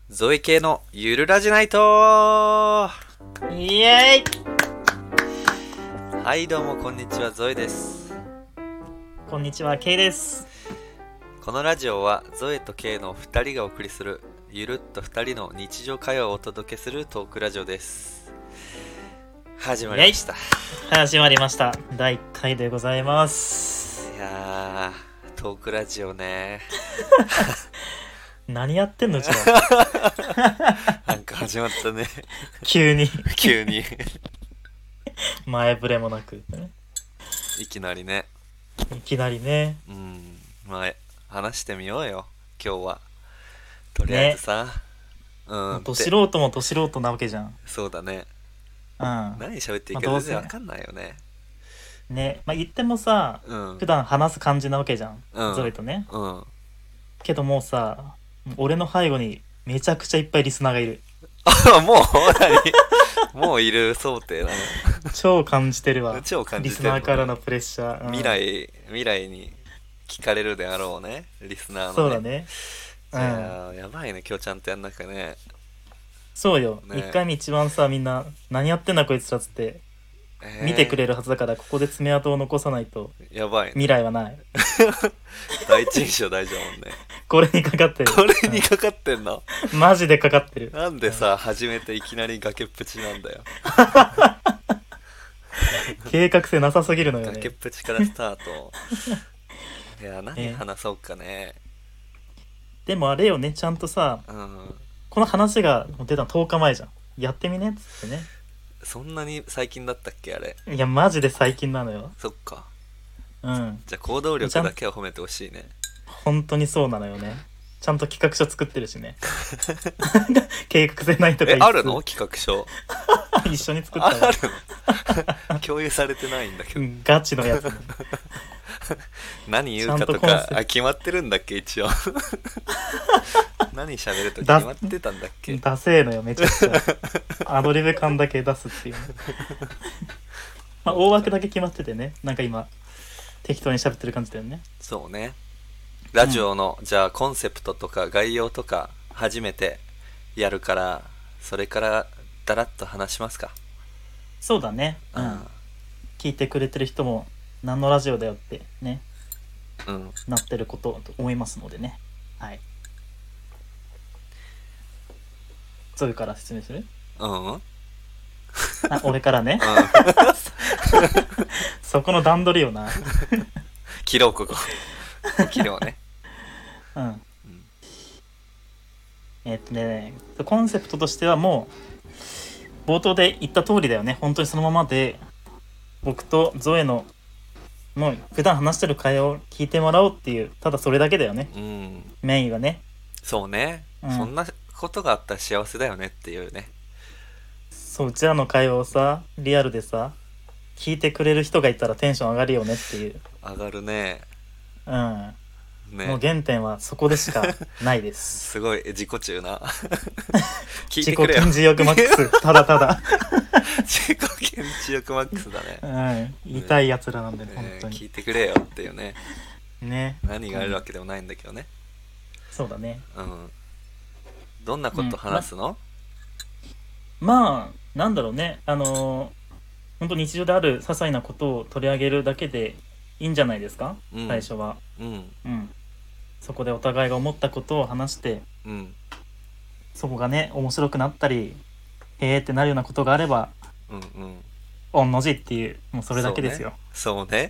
ゾエ系のゆるラジナイト。 イエーイ。 はいどうもこんにちは、ゾエです。 こんにちは、ケイです。 このラジオはゾエとケイの2人がお送りするゆるっと2人の日常会話をお届けするトークラジオです。始まりました。 始まりました。第1回でございます。 いやー、トークラジオね何やってんのうちは。 なんか始まったね急に急に前触れもなくいきなりね。 いきなりね。 まあ話してみようよ今日は。とりあえずさ、 ど素人もど素人なわけじゃん。 そうだね。 何喋っていいか全然わかんないよね。 ね、言ってもさ、普段話す感じなわけじゃん、ゾレとね。けどもうさ、俺の背後にめちゃくちゃいっぱいリスナーがいる。 もうもういる想定なの。 超感じてるわ。 超感じてる、 リスナーからのプレッシャー、 未来に聞かれるであろうね、リスナーのね。 そうだね。 じゃあ、やばいね、今日ちゃんとやんなきゃね。 そうよ、 ね、 1回目一番さ、みんな何やってんだこいつらっつって見てくれるはずだから、ここで爪痕を残さないとやばい、ね、 未来はない第一印象大事だもんねこれにかかってる。 これにかかってんの、 マジでかかってる。 なんでさ、初めていきなり崖っぷちなんだよ計画性なさすぎるのよね。 崖っぷちからスタートいや、何話そうかね。 でもあれよね、ちゃんとさ、この話が出たの10日前じゃん。やってみねっつってね。 そんなに最近だったっけあれ。 いやマジで最近なのよ。 そっか。 じゃあ行動力だけは褒めてほしいね。 本当にそうなのよね。ちゃんと企画書作ってるしね計画性ないとかあるの企画書一緒に作ったのあるの共有されてないんだけどガチのやつ、ね、 何言うかとか決まってるんだっけ一応何喋ると決まってたんだっけ。 ダセーのよめちゃくちゃアドリブ感だけ出すっていう大枠だけ決まっててね、なんか今適当に喋ってる感じだよね。 そうね。ラジオの、じゃあコンセプトとか概要とか初めてやるから、それからだらっと話しますか。 そうだね。聞いてくれてる人も何のラジオだよってね、なってることと思いますのでね。はい。それから説明する？俺からね。そこの段取りよな。 切ろうここ。切ろうね。 コンセプトとしてはもう冒頭で言った通りだよね。本当にそのままで、僕とゾエのもう普段話してる会話を聞いてもらおうっていう、ただそれだけだよね。メインはね。 そうね、そんなことがあったら幸せだよねっていうね。そう、 うちらの会話をさ、リアルでさ聞いてくれる人がいたらテンション上がるよねっていう。 上がるね。 もう原点はそこでしかないですすごい自己中な聞いてくれよ。自己顕示欲マックスただただ自己顕示欲マックスだね。 痛いやつらなんでね、本当に聞いてくれよっていうね。何があるわけでもないんだけどね。 そうだね。 どんなこと話すの？ なんだろうね、本当日常である些細なことを取り上げるだけでいいんじゃないですか、最初は。そこでお互いが思ったことを話して、そこがね面白くなったりへーってなるようなことがあれば、御の字っていう、もうそれだけですよ。 そうね。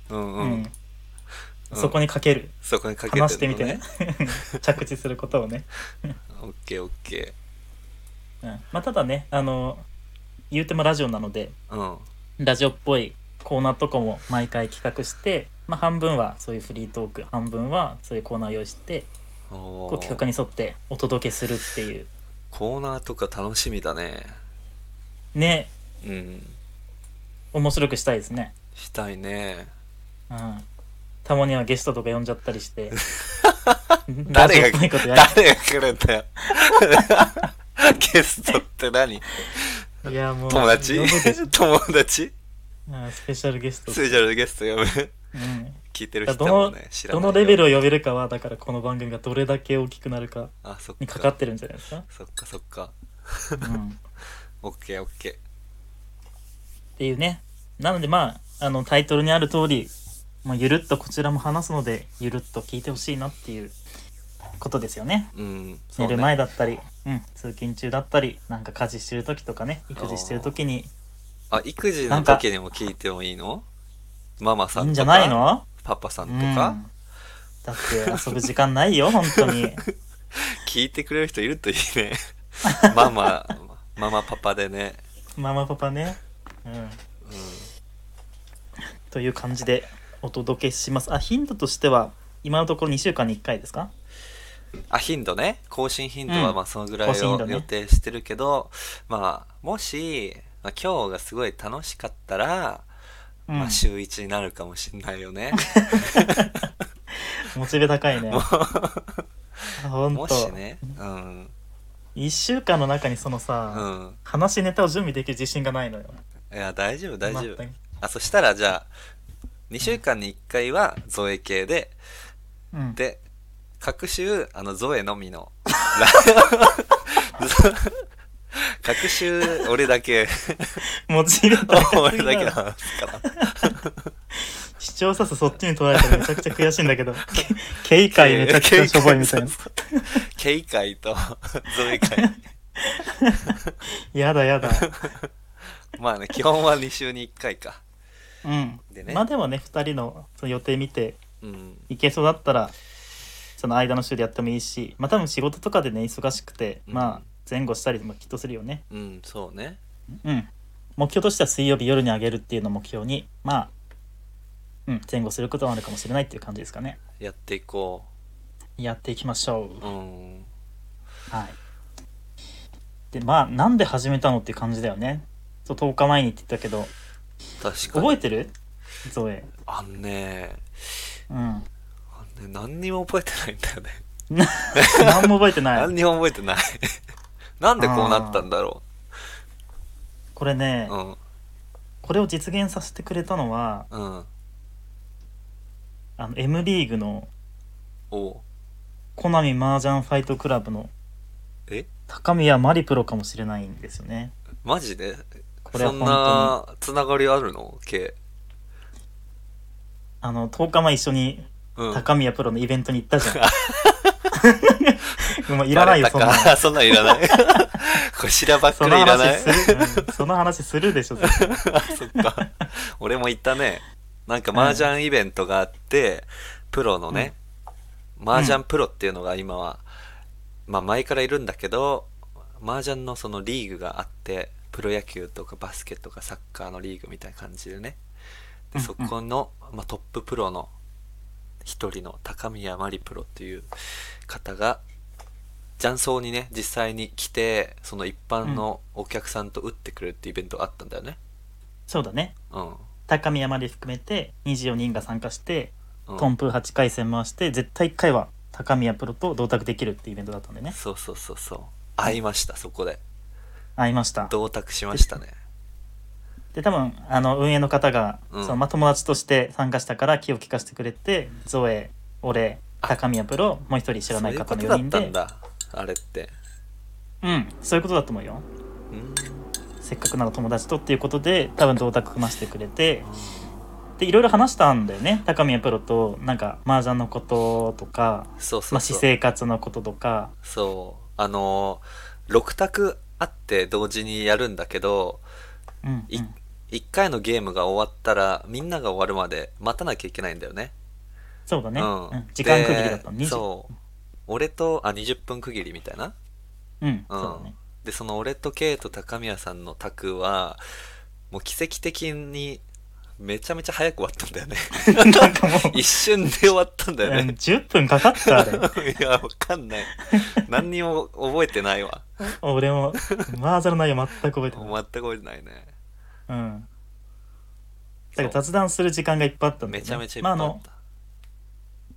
そこにかける。 そこにかけてるのね。 話してみてね着地することをねオッケーオッケー。ただね、言うてもラジオなので、ラジオっぽいコーナーとかも毎回企画して、半分はそういうフリートーク、半分はそういうコーナーを用意して、こう企画に沿ってお届けするっていう。 コーナーとか楽しみだね。 ね。面白くしたいですね。 したいね。 たまにはゲストとか呼んじゃったりして誰が来るんだよゲストって何？いやもう友達？友達？ スペシャルゲスト呼ぶ。聞聞いてる人もね知らないよ。 どのレベルを呼べるかはだからこの番組がどれだけ大きくなるかあ、そっにかかってるんじゃないですか。 そっかそっか。 うんオッケーオッケー。 っていうね。なのでタイトルにある通り、ゆるっとこちらも話すのでゆるっと聞いてほしいなっていうことですよね。寝る前だったり、通勤中だったり、なんか家事してる時とかね、育児してる時に。 育児の時にも聞いてもいいの？ママさんとかいいんじゃないの？ パパさんとか、 だって遊ぶ時間ないよ本当に。 聞いてくれる人いるといいね。ママパパでね。 ママパパね。という感じでお届けします。頻度としては今のところ2週間に1回ですか？ 頻度ね。更新頻度はそのぐらいを予定してるけど、もし、今日がすごい楽しかったら、週1になるかもしんないよね。 モチベ高いね。 もしね、 1週間の中にそのさ、話ネタを準備できる自信がないのよ。 いや大丈夫大丈夫。そしたらじゃあ2週間に1回はゾエ系で、で各週ゾエのみの各週俺だけモチベ高すぎ俺だけ話すから視聴者数そっちに取られたらめちゃくちゃ悔しいんだけどケイ会めちゃくちゃしょぼいみたいな。 ケイ会とゾエ会やだね、基本は2週に1回か。 でね、でもね2人のその予定見て、いけそうだったらその間の週でやってもいいし、多分仕事とかでね忙しくて、前後したりもきっとするよね。 そうね。 目標としては水曜日夜にあげるっていうのを目標に前後することはあるかもしれないっていう感じですかね。 やっていこう。やっていきましょう。はい。でなんで始めたのっていう感じだよね。10日前にって言ったけど、 確かに覚えてる？ゾエ。 何にも覚えてないんだよね。 何も覚えてない。 何にも覚えてない。なんでこうなったんだろう。 これね、これを実現させてくれたのは、M リーグのコナミ麻雀ファイトクラブの高宮マリプロかもしれないんですよね。 マジで？そんなつながりあるの？10 日前一緒に高宮プロのイベントに行ったじゃん。もういらないよそんなんいらない。これ知らばっかりいらない。 その話するでしょ。 そっか。俺も行ったね。なんか麻雀イベントがあって、プロのね、麻雀プロっていうのが今は前からいるんだけど、麻雀のそのリーグがあって、プロ野球とかバスケとかサッカーのリーグみたいな感じでね。でそこの、トッププロの一人の高宮マリプロっていう方が雀荘にね実際に来て、その一般のお客さんと打ってくれるってイベントがあったんだよね。 そうだね。高宮マリ含めて24人が参加して、トンプ8回戦回して絶対1回は高宮プロと同卓できるってイベントだったんでね。 そう会いました。そこで会いました。 同卓しましたね。 で多分運営の方が、友達として参加したから気を利かせてくれて、ゾエ、俺、高宮プロ、もう一人知らない方の4人で。 そういうことだったんだあれって。 そういうことだと思うよ。せっかくなら友達とっていうことで多分同卓組ませてくれて、でいろいろ話したんだよね。高宮プロとなんか麻雀のこととか、私生活のこととか。 6択あって同時にやるんだけど、1回のゲームが終わったらみんなが終わるまで待たなきゃいけないんだよね。 そうだね。時間区切りだったの。俺と20分区切りみたいな。 そうだね。 でその俺とケイと高宮さんの卓はもう奇跡的にめちゃめちゃ早く終わったんだよね。なんかもう一瞬で終わったんだよね。 10分かかったあれ。 いやわかんない。何にも覚えてないわ。 俺も麻雀の内容全く覚えてない。 全く覚えてないね。 だから雑談する時間がいっぱいあったんだよね。 めちゃめちゃいっぱいあった。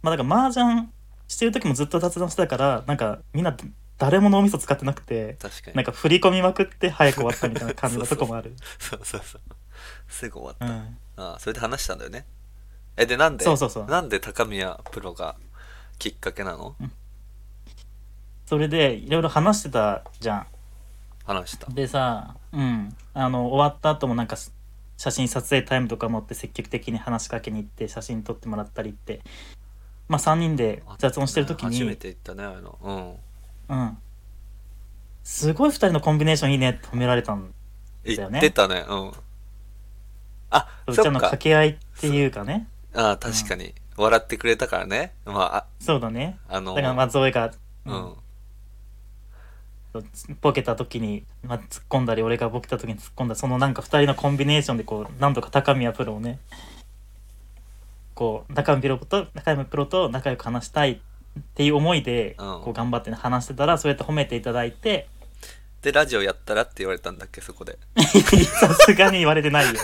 だから麻雀してる時もずっと雑談してたから、なんかみんな誰も脳みそ使ってなくて、 確かになんか振り込みまくって早く終わったみたいな感じのとこもある。 そうすぐ終わった。それで話したんだよね。 で、なんでそうそうそう。 なんで高宮プロがきっかけなの？ それでいろいろ話してたじゃ話した。 ん。でさ、終わった後もなんか写真撮影タイムとか持って積極的に話しかけに行って写真撮ってもらったりって、まあ3人で雑音してる時に、 初めて言ったね、あの。 うん。すごい2人のコンビネーションいいねって褒められたん言っだよね。 てたね。うん。あ、 うちらのそっか。 掛け合いっていうかね。うん。 確かに。笑ってくれたからね。まそうだね。 あ、 だからまあゾエが、うん、 うん。 ボケた時に、まあ、突っ込んだり、俺がボケた時に突っ込んだ、そのなんか2人のコンビネーションでこう、なんとか高宮プロをね、こう高宮プロと仲良く話したいっていう思いでうん。 こう頑張って話してたら、そうやって褒めていただいて、 で、ラジオやったらって言われたんだっけ、そこで。 さすがに言われてないよ。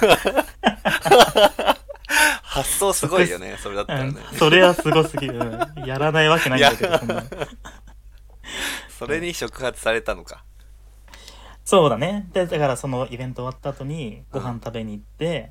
発想すごいよね、それだったらね。 それはすごすぎる、やらないわけないんだけど、そんな。 それに触発されたのか。 そうだね。でだからそのイベント終わった後にごうん。 飯食べに行って、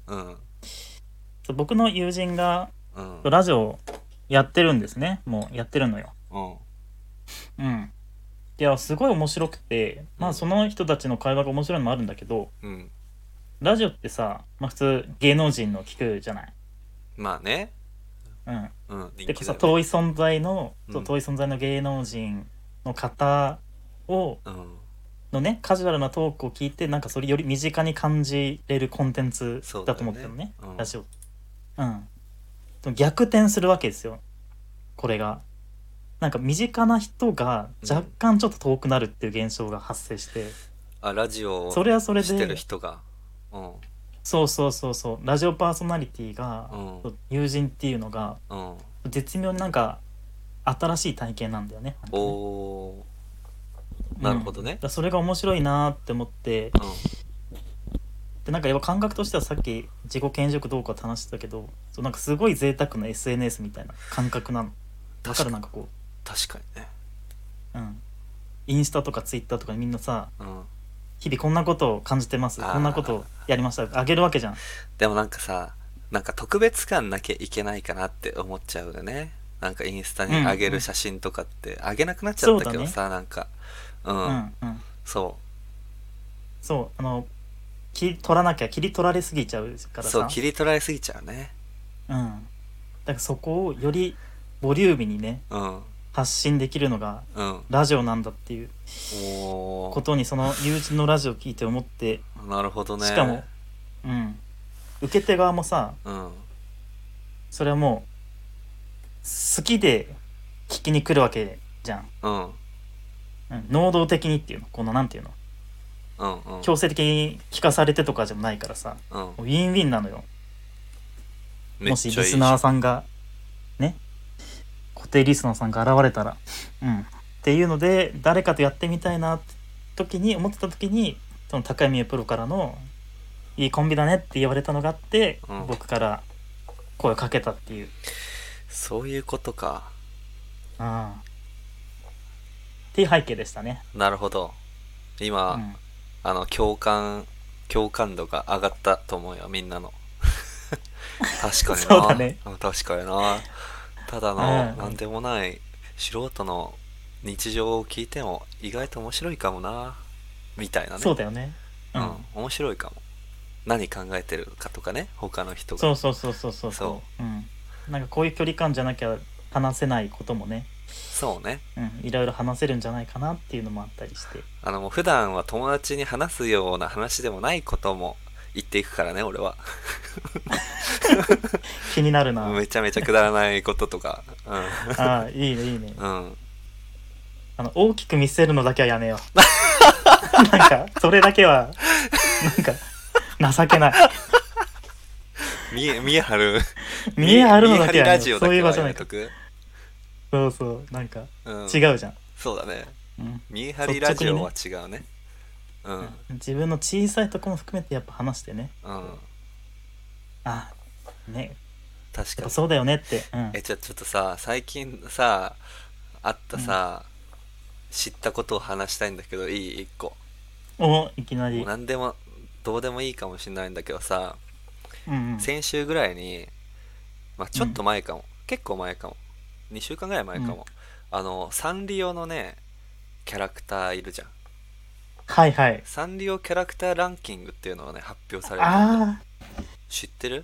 うん。 僕の友人がうん。 ラジオやってるんですね。もうやってるのよ。 うん。 うん。いや、すごい面白くて、まあその人たちの会話が面白いのもあるんだけど、 うん。 ラジオってさ、まあ普通芸能人の聞くじゃない。 まあね。 うん。 うん。人でこうさ、 気だよね。 そううん。 遠い存在の芸能人の方を、 うん。 のね、カジュアルなトークを聞いて、なんかそれより身近に感じれるコンテンツそうだとだよね。 思ってるのね、 うん。 ラジオ。うん。でも逆転するわけですよ、これが。なんか身近な人が若うん。 干ちょっと遠くなるっていう現象が発生して、 ラジオをそれはそれしてるで、 人が。うん。 そうそうそうそう、ラジオパーソナリティが、 うん。 友人っていうのが、 うん。 絶妙になんか新しい体験なんだよね、なんかね。 おー。なるほうん。 どね。 それが面白いなーって思って、 うん。 で、なんかやっぱ感覚としてはさっき自己顕示欲どうかって話してたけど、そうなんかすごい贅沢な SNS みたいな感覚なの。わかる？ 確か、 なんかこ確かにね。 う、うん。インスタとかツイッターとかにみんなさ、 うん。 日々こんなことを感じてます。こんなことをあやりました。あげるわけじゃん。 でもなんかさ、なんか特別感なきゃいけないかなって思っちゃうよね。なんかインスタうんうに上げるん。 写真とかって上げなくなっちゃっそうだね。 たけどさ、なんか、うん、 うんうん。 そそう、切り取られすぎちゃうかう、そう、 らさ。 切り取られすぎちゃうね。 うん。だからそこをよりボリューミーにね、 うん、 発信できるのがうん。 ラジオなんだっていうおことに、その友人のラジオ聞いて思って、 ー、なるほどね。 しかも、うん、受け手側もさ、 うん、 それはもう好きで聞きに来るわけじゃん。 うん、 うん、能動的にっていうの、このなんていうの、 うん、うん、 強制的に聞かされてとかじゃないからさ、 うん。 ウィンウィンなのよ。 めっもしリスちゃいいじゃん。 ナーさんがね、固定リスナーさんが現れたら、っていうので誰かとやってみたいなって思ってた時に、その高宮プロからのいいコンビだねって言われたのがあって、 うん。 僕から声をかけたっていう、 そういうことか。 っていう背景でしたね。 なるほど。今、 うん。 共感度が上がったと思うよ、みんなの。確かにな。 そうだね。 確かにな。ただうの、なんん。 でもない素人の日常を聞いても意外と面白いかもな。みたいなね。 そうだよね。ううん、 ん。 面白いかも。何考えてるかとかね、他の人が。 そうそうそうそうそうそそう。うん。なんかこういう距離感じゃなきゃ話せないこともね、 う。そうね。 いろいろ話せるんじゃないかなっていうのもあったりして。 もう普段は友達に話すような話でもないことも言っていくからね、俺は。 気になるな。 めちゃめちゃくだらないこととか。 ああ、いいね、いいね。 うん。うん。 大きく見せるのだけはやめよう。なんか、それだけは、なんか、情けない。 見え張る。 見え張る見えのだ張りラジけはやめよう。そういうオだけは場じゃないから。 やめとく。 そうそう、なんか、 うん。 違うじゃん。 そうだね。 うん。 見え張りラジオは率直にね、 違うね。うん。 自分の小さいとこも含めてやっぱ話してね、 うん。 こう、あ、ね、やっぱ確かに。 そうだよねって、 じゃあちょっとさ、最近さ、あったうん。 さ、知ったことを話したいんだけど、いい？一個。 いきなもうり。 何でも、どうでもいいかもしれないんだけどさ、 うんうん。 先週ぐらいに、 まあちょっと前かも、結構前かも、2週間ぐらい前かも、サンリオのねキャラクターいるじゃん。 はいはい。 サンリオキャラクターランキングっていうのがね発表されたんだよ。 あ知ってる？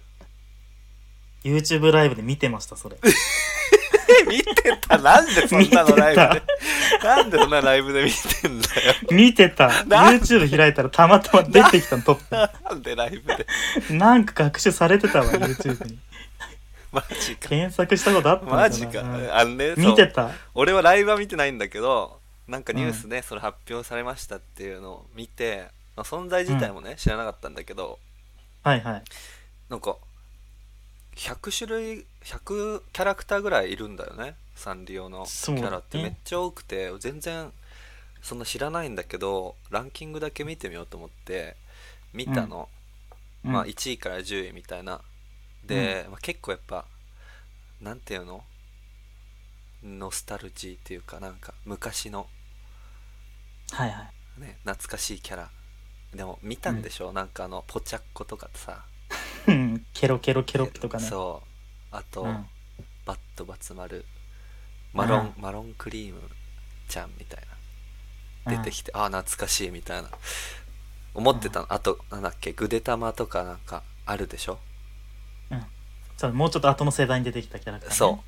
YouTube ライブで見てましたそれ。 見てた？なんでそんなのライブでなんでそんなライブで見てんだよ。 見てた。 YouTube 開いたらたまたま出てきたの、トッなんでライブでプ。なんか学習されてたわ YouTube に。 マジか。 検索したことあったんだマジか、 見てた。 俺はライブは見てないんだけど、なんかニュースでそれ発表されましたっていうのを見て、まあ、存在自体もね、知らなかったんだけど、 はいはい。 なんか100種類100キャラクターぐらいいるんだよね、サンリオのキャラってめっちゃ多くて、全然そんな知らないんだけど、ランキングだけ見てみようと思って見たの、まあ1位から10位みたいなで、まあ、結構やっぱなんていうの、ノスタルジーっていうか、なんか昔のはいはい。 ね懐かしいキャラでも見たんでしょ、なんかポチャッコとかさケロケロケロッピとかね。 そうあと、バットバツ丸マロンクリームちゃんみたいな出てきて、ああ懐かしいみたいな思ってたの。あとなんだっけ、グデタマとかなんかあるでしょ。 そう、もうちょっと後の世代に出てきたキャラクター、ね、 そう、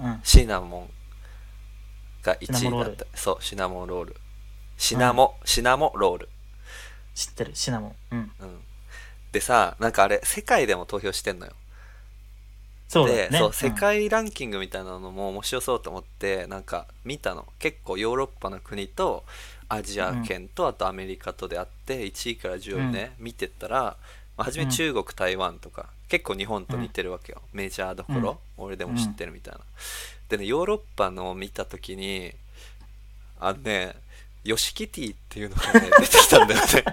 シナモンが1位だった。そう、シナモンロール、シナモロール知ってる、シナモン。 でさ、なんかあれ世界でも投票してんのよ。 そうだね。 で、そう、世界ランキングみたいなのも面白そうと思ってなんか見たの。結構ヨーロッパの国とアジア圏とあとアメリカとであって1位から10位ね、見てったら、まあ、初め中国、台湾とか結構日本と似てるわけよ、メジャーどころ、俺でも知ってるみたいな。でね、ヨーロッパのを見た時にヨシキティっていうのがね出てきたんだよね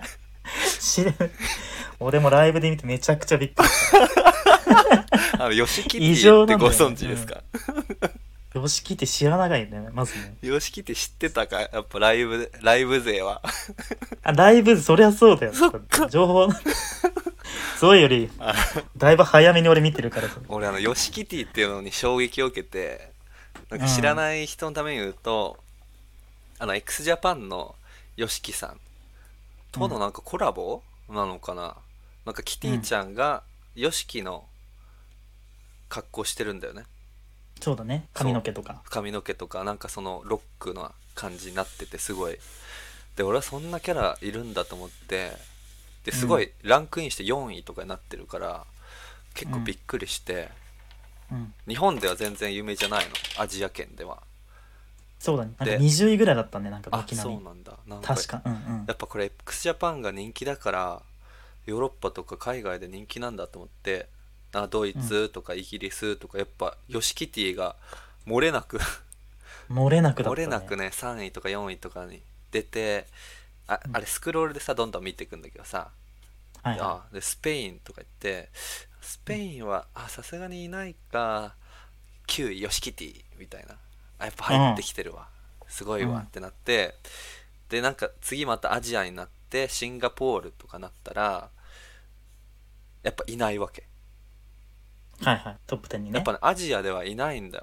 俺もライブで見てめちゃくちゃびっくりしたヨシキティってご存知ですか？ ヨシキティ知らないね、まずね。 ヨシキティ知ってたか？やっぱライブ勢はライブそりゃそうだよ。情報そうよりだいぶ早めに俺見てるから。 俺ヨシキティっていうのに衝撃を受けて、なんか知らない人のために言うと、x ジャパンの YOSHIKI さんとのなんかコラボなのかな、なんかキティちゃんが YOSHIKI の格好してるんだよね。 そうだね、髪の毛とかなんかそのロックな感じになってて、すごい。で俺はそんなキャラいるんだと思って、ですごいランクインして4位とかになってるから結構びっくりして、日本では全然有名じゃないの、アジア圏では。 そうだね、なんか20位ぐらいだったね、なんか軒並み。あ、そうなんだ。なんか確か、 やっぱこれ x ジャパンが人気だからヨーロッパとか海外で人気なんだと思って、ドイツとかイギリスとかやっぱヨシキティが漏れなく漏れなくね3位とか4位とかに出て、あれスクロールでさどんどん見ていくんだけどさ、でスペインとか言って、スペインはさすがにいないか、9位ヨシキティみたいな、やっぱ入ってきてるわ、すごいわってなって、でなんか次またアジアになってシンガポールとかなったらやっぱいないわけ。 トップ10にね。 やっぱね、アジアではいないんだよ。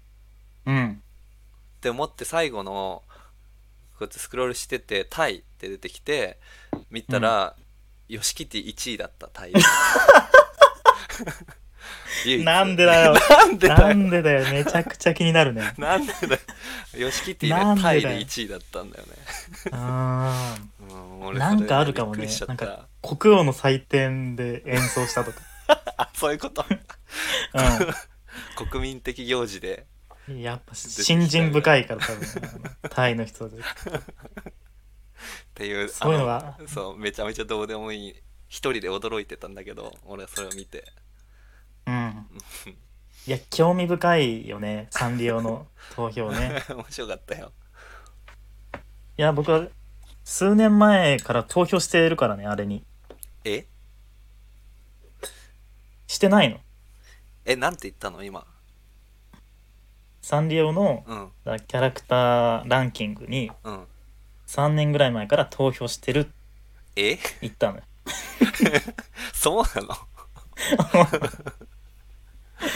って思って最後のこうやってスクロールしててタイって出てきて見たら、ヨシキティ1位だった、タイなんでだよなんでだよ、めちゃくちゃ気になるねなんでだよ、ヨシキティねタイで1位だったんだよねなんかあるかもね、なんか国王の祭典で演奏したとかそういうこと国民的行事でやっぱ信心深いから多分タイの人でっていう、 そういうのがそうめちゃめちゃどうでもいい、一人で驚いてたんだけど俺はそれを見ていや興味深いよね、サンリオの投票ね面白かったよ。 いや僕は数年前から投票しているからね、あれに。してないの？ なんて言ったの今？ サンリオのキャラクターランキングに3年ぐらい前から投票してるって言ったのよそうなの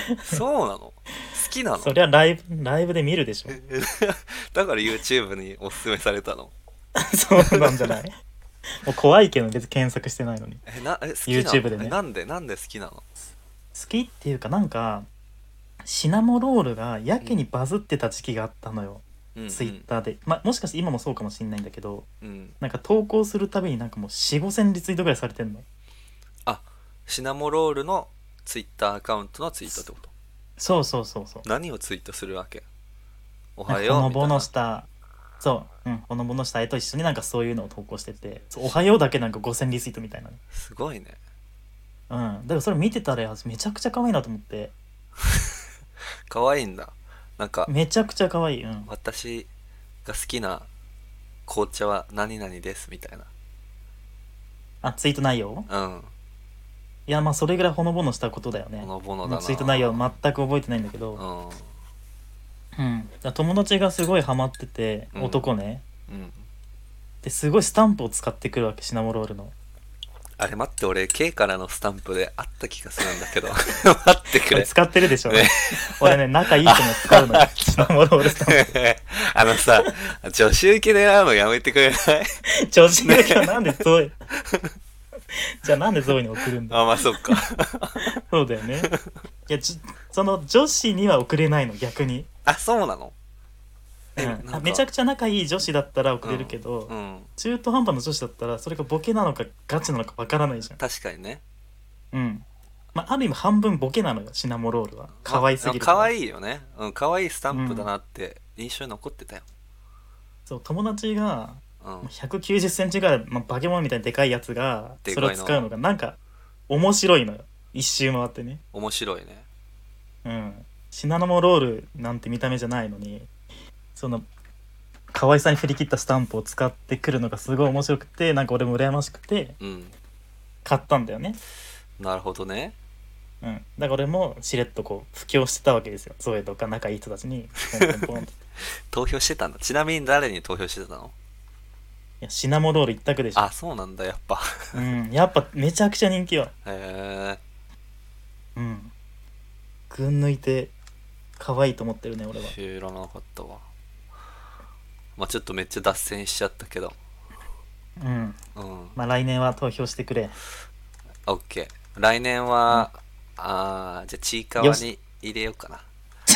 そうなの？好きなの？ そりゃライブで見るでしょ。 だから YouTube におすすめされたの？ そうなんじゃない？もう怖いけど別に検索してないのに。 好きなの？ YouTube でね。 なんで好きなの？ 好きっていうかなんかシナモロールがやけにバズってた時期があったのよ、ツイッターで。もしかして今もそうかもしれないんだけど、なんか投稿するたびになんかもう 4,5,000リツイートぐらいされてんの。 あ、シナモロールのツイッターアカウントのツイートってこと？ そうそうそうそう。 何をツイートするわけ？おほはようみたいな。 のぼのしたほのぼのした絵と一緒になんかそういうのを投稿してて、おはようだけなんか5,000リツイートみたいなね。 すごいね。 だからそれ見てたらめちゃくちゃ可愛いなと思って。 可愛いんだ。なんかめちゃくちゃ可愛い。 私が好きな紅茶は何々ですみたいな。ツイート内容？いや、まあそれぐらいほのぼのしたことだよね。 ほのぼのだな。 ツイート内容全く覚えてないんだけど、友達がすごいハマってて、男ね、ですごいスタンプを使ってくるわけ、シナモロールの。 あれ待って、俺 K からのスタンプであった気がするんだけど待ってくれ。 使ってるでしょ、俺ね、仲いい人も使うのよシナモロールスタンプさ、女子受け狙うのやめてくれない？ 女子受けはなんでゾイじゃあなんでゾイに送るんだ？ まあそっかそうだよね。いや、その女子には送れないの、逆に。 そうなの？ めちゃくちゃ仲いい女子だったら送れるけど、中途半端な女子だったらそれがボケなのかガチなのかわからないじゃん。 確かにね。 ある意味半分ボケなのよ、シナモロールは。可愛すぎる。 可愛いよね。可愛いスタンプだなって印象に残ってたよ。 そう、友達が190センチぐらい、バケモンみたいなでかいやつがそれを使うのがなんか面白いのよ、一周回ってね。 面白いね。 シナモロールなんて見た目じゃないのに、その可愛さに振り切ったスタンプを使ってくるのがすごい面白くて、なんか俺も羨ましくて買ったんだよね。 なるほどね。 だから俺もしれっとこう布教してたわけですよ、ゾエとか仲いい人たちにポンポンポンって投票してたんだ。ちなみに誰に投票してたの？ いや、シナモロール一択でしょ。 そうなんだ、やっぱやっぱめちゃくちゃ人気よ。 へえ。群抜いて可愛いと思ってるね、俺は。 知らなかったわ。ちょっとめっちゃ脱線しちゃったけど。 来年は投票してくれ。 オッケー。来年は、じゃあちいかわに入れようかな。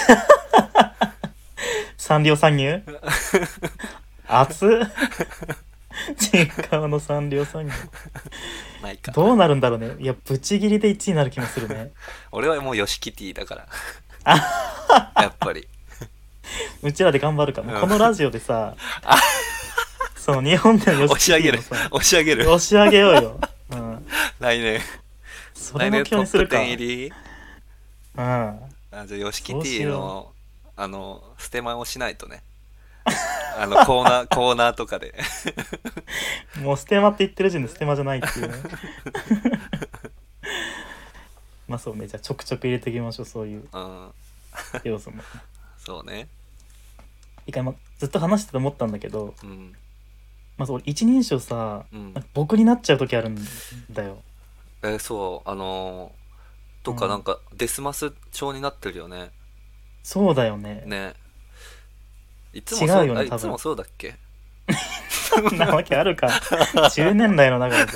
サンリオ参入熱っちいかわのサンリオ参入ないか。 どうなるんだろうね。いや、ブチギリで1位になる気もするね。 俺はもうヨシキティだからやっぱりうちらで頑張るかも、このラジオでさその日本でのヨシキティのさ押し上げようよ、 来年それ目標にするか。 来年トップ10入り。じゃあヨシキティのステマをしないとねコーナーとかでもうステマって言ってる時点でステマじゃないっていうねそうね、じゃあちょくちょく入れていきましょう、そういう要素も。 そうね。 一回ずっと話してて思ったんだけど、俺一人称さ、僕になっちゃう時あるんだよ。 そうとかなんかデスマス調になってるよね。 そうだよね。 いつもそう違うよね、 いつもそうだっけ？ そんなわけあるか。10年代の中だと。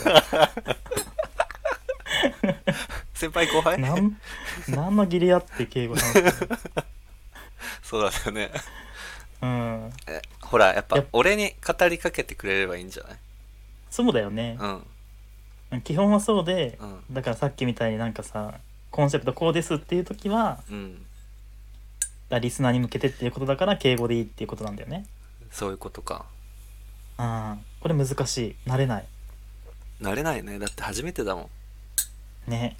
先輩後輩？ 何の義理あって敬語なんですか？ そうだよね。ほらやっぱ俺に語りかけてくれればいいんじゃない？ そうだよね。基本はそうで、だからさっきみたいになんかさ、コンセプトこうですっていう時は、リスナーに向けてっていうことだから敬語でいいっていうことなんだよね。 そういうことか。 これ難しい。慣れないね。だって初めてだもんね。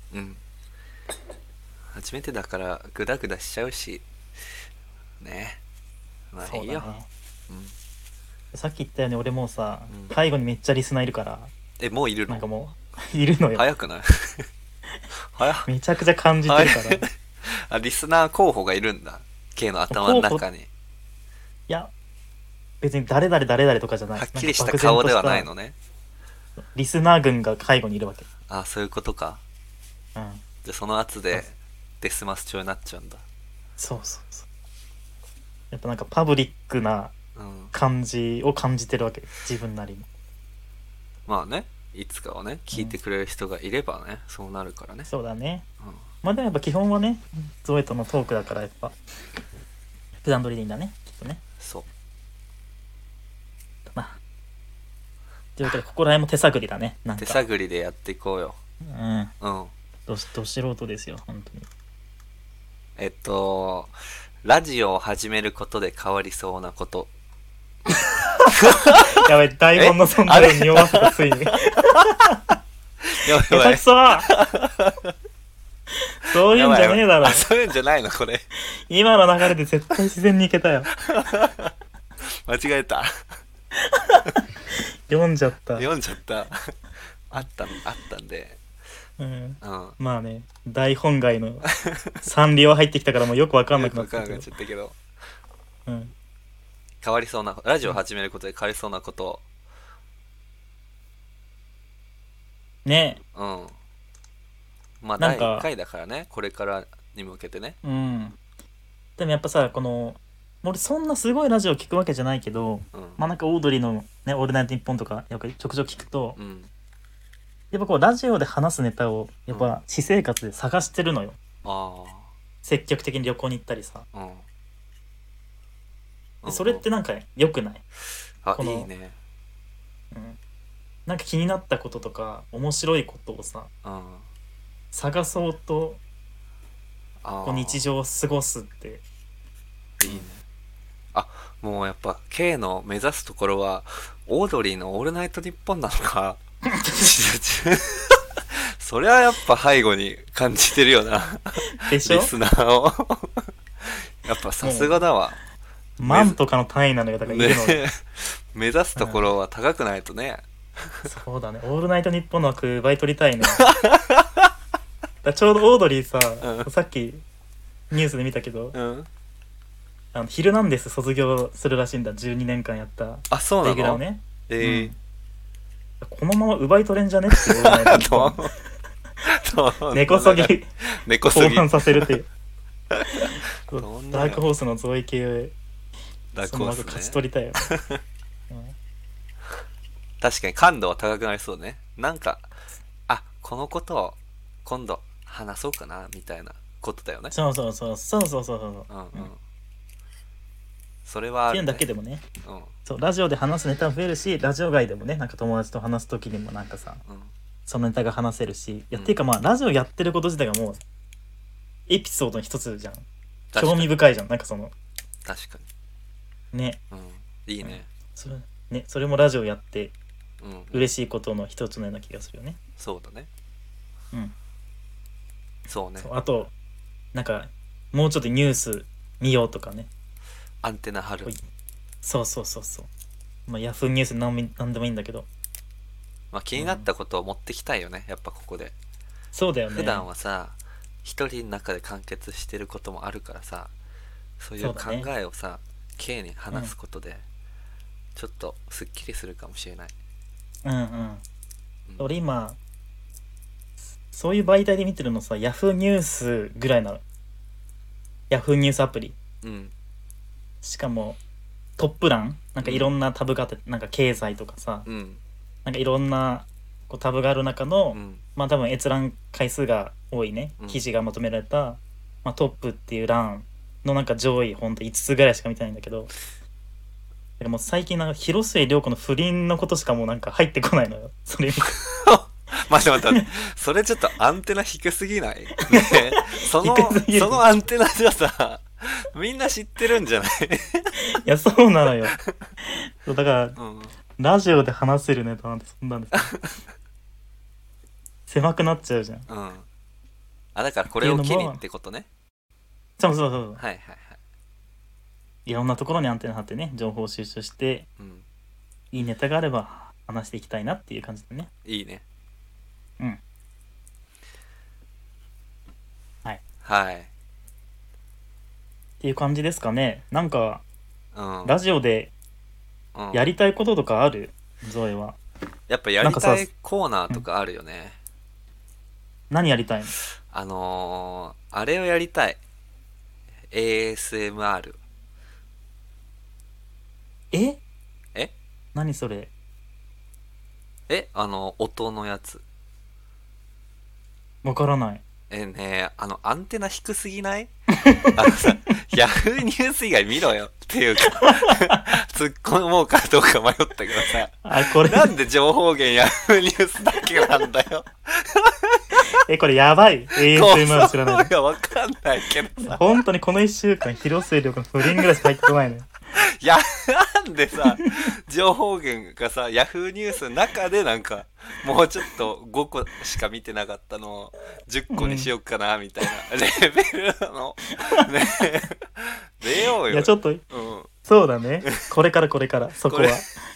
初めてだからグダグダしちゃうしね。いいよ。 さっき言ったように俺もうさ、背後にめっちゃリスナーいるから。 もういるの？ なんかもういるのよ。 早くない？ めちゃくちゃ感じてるからリスナー候補がいるんだ、 K の頭の中に。いや別に誰々とかじゃない。 はっきりした顔ではないのね。 リスナー群が背後にいるわけ。 そういうことか。じゃあその圧でデスマス調になっちゃうんだ。 そうそうそう。やっぱなんかパブリックな感じを感じてるわけ、自分なりに。 まあね、いつかはね聞いてくれる人がいればね、そうなるからね。 そうだね、まあでもやっぱ基本はねゾエとのトークだから、やっぱ普段撮りでいいんだね、きっとね。 そうだな。というわけでここら辺も手探りだね。なんか手探りでやっていこうよ。ど素人ですよ本当に。 ラジオを始めることで変わりそうなこと。 やばい、台本の存在を匂わせたついに。 やばいやばい。 そういうんじゃねえだろ。 そういうんじゃないのこれ。 今の流れで絶対自然にいけたよ。 間違えた。 読んじゃった。 あったんで。 まあね、台本外のサンリオ入ってきたからもうよくわかんなくなっちゃったけど。変わりそうな、ラジオを始めることで変わりそうなこと。 ね。 まあ第1回だからね、これからに向けてね。 でもやっぱさ、俺そんなすごいラジオ聞くわけじゃないけど、まあなんかオードリーのね、オールナイトニッポンとかよくちょくちょく聞くと、やっぱこうラジオで話すネタをやっぱ私生活で探してるのよ。積極的に旅行に行ったりさ。それってなんか良くない？ いいね。 なんか気になったこととか面白いことをさ、探そうとこう日常を過ごすっていいね。もうやっぱ K の目指すところはオードリーのオールナイトニッポンなのか。それはやっぱ背後に感じてるよな。 でしょ？ リスナーを。やっぱさすがだわ。 万とかの単位なのよ、だからいるのね。目指すところは高くないとね。 そうだね、オールナイトニッポンの枠奪い取りたいね。ちょうどオードリーさ、さっきニュースで見たけど、ヒルナンデス卒業するらしいんだ。12年間やったレギュラーをね。このまま奪い取れんじゃねってオールナイトニッポン。根こそぎ降板させるっていう。ダークホースのゾイ系その枠勝ち取りたいよ。 確かに感度は高くなりそうね。なんかこのことを今度話そうかなみたいなことだよね。 そうそれはあるね。 っていうだけでもね、そうラジオで話すネタも増えるし、ラジオ外でもね、なんか友達と話す時にもなんかさ、そのネタが話せるし、っていうかまあラジオやってること自体がもうエピソードの一つじゃん。興味深いじゃん。なんかその確かにね、 いいね。 それもラジオやって嬉しいことの一つのような気がするよね。 そうだね。そうね。 あとなんかもうちょっとニュース見ようとかね。 アンテナ張る。 そう。まあヤフーニュースなんでもいいんだけど。 まあ気になったことを持ってきたいよね。やっぱここで。 そうだよね。 普段はさ、一人の中で完結してることもあるからさ、そういう考えをさ、K に話すことで、ちょっとすっきりするかもしれない。 俺今そういう媒体で見てるのさ、ヤフーニュースぐらいなの。ヤフーニュースアプリ。しかもトップ欄なんかいろんなタブがあって、なんか経済とかさ、なんかいろんなこうタブがある中の、まあ多分閲覧回数が多いね、記事がまとめられた、まあ、トップっていう欄のなんか上位ほんと5つぐらいしか見てないんだけど、もう最近なんか広末涼子の不倫のことしかもうなんか入ってこないのよ。それ待ってそれちょっとアンテナ低すぎない？ね、そのアンテナじゃさみんな知ってるんじゃない？ いやそうなのよ。だから、ラジオで話せるネタなんてそんなんですよ。狭くなっちゃうじゃん。 だからこれを機にってことね。 そう。 はいいろんなところにアンテナ張ってね、情報収集して、いいネタがあれば話していきたいなっていう感じでね。 いいね。はい。 っていう感じですかね。なんか、ラジオでやりたいこととかある？ゾエは。 やっぱやりたいコーナーとかあるよね。 何やりたいの？ あれをやりたい。ASMR。 ええ何それ？ 音のやつ。 わからない。 ねえ、アンテナ低すぎない？さ、ヤフーニュース以外見ろよっていうか、突っ込もうかどうか迷ったけどさ、 これなんで情報源ヤフーニュースだけなんだよ。 これやばい。ASMR 知らない。 いや、わかんないけどさ。 本当にこの1週間、広末涼子の不倫ぐらいしか入ってこないのよ。 いや、なんでさ、情報源がさ、ヤフーニュースの中でなんか、もうちょっと5個しか見てなかったのを10個にしようかな、みたいなレベルなの。ねえ、出ようよ。 いや、ちょっと、そうだね。これから、そこは。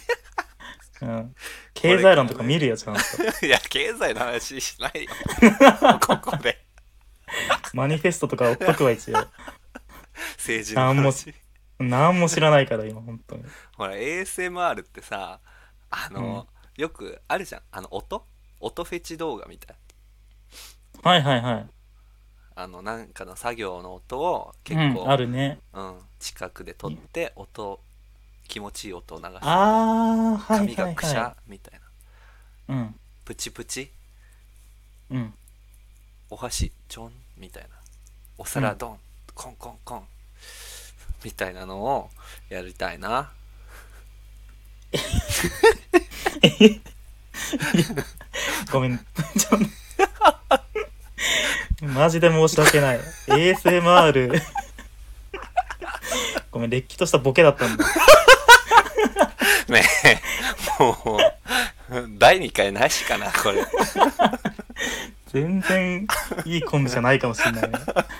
経済論とか見るよ、ちゃんと。 いや、経済の話しないよ。ここで。 マニフェストとか追っとくわ、一応。 政治の話。 なんも知らないから今本当に。 ほら ASMR ってさ、よくあるじゃん、音フェチ動画みたいな。はいはいはい。 なんかの作業の音を結構、 あるね。 近くで撮って気持ちいい音を流す。 髪がくしゃみたいな。 プチプチ。 うんお箸ちょんみたいな。お皿ドン、コンコンコンみたいなのをやりたいな。 ごめん。マジで申し訳ない。ASMR。ごめん、れっきとしたボケだったんだ。 ねえ、もう、第2回なしかな、これ。 全然いいコンビじゃないかもしれないね。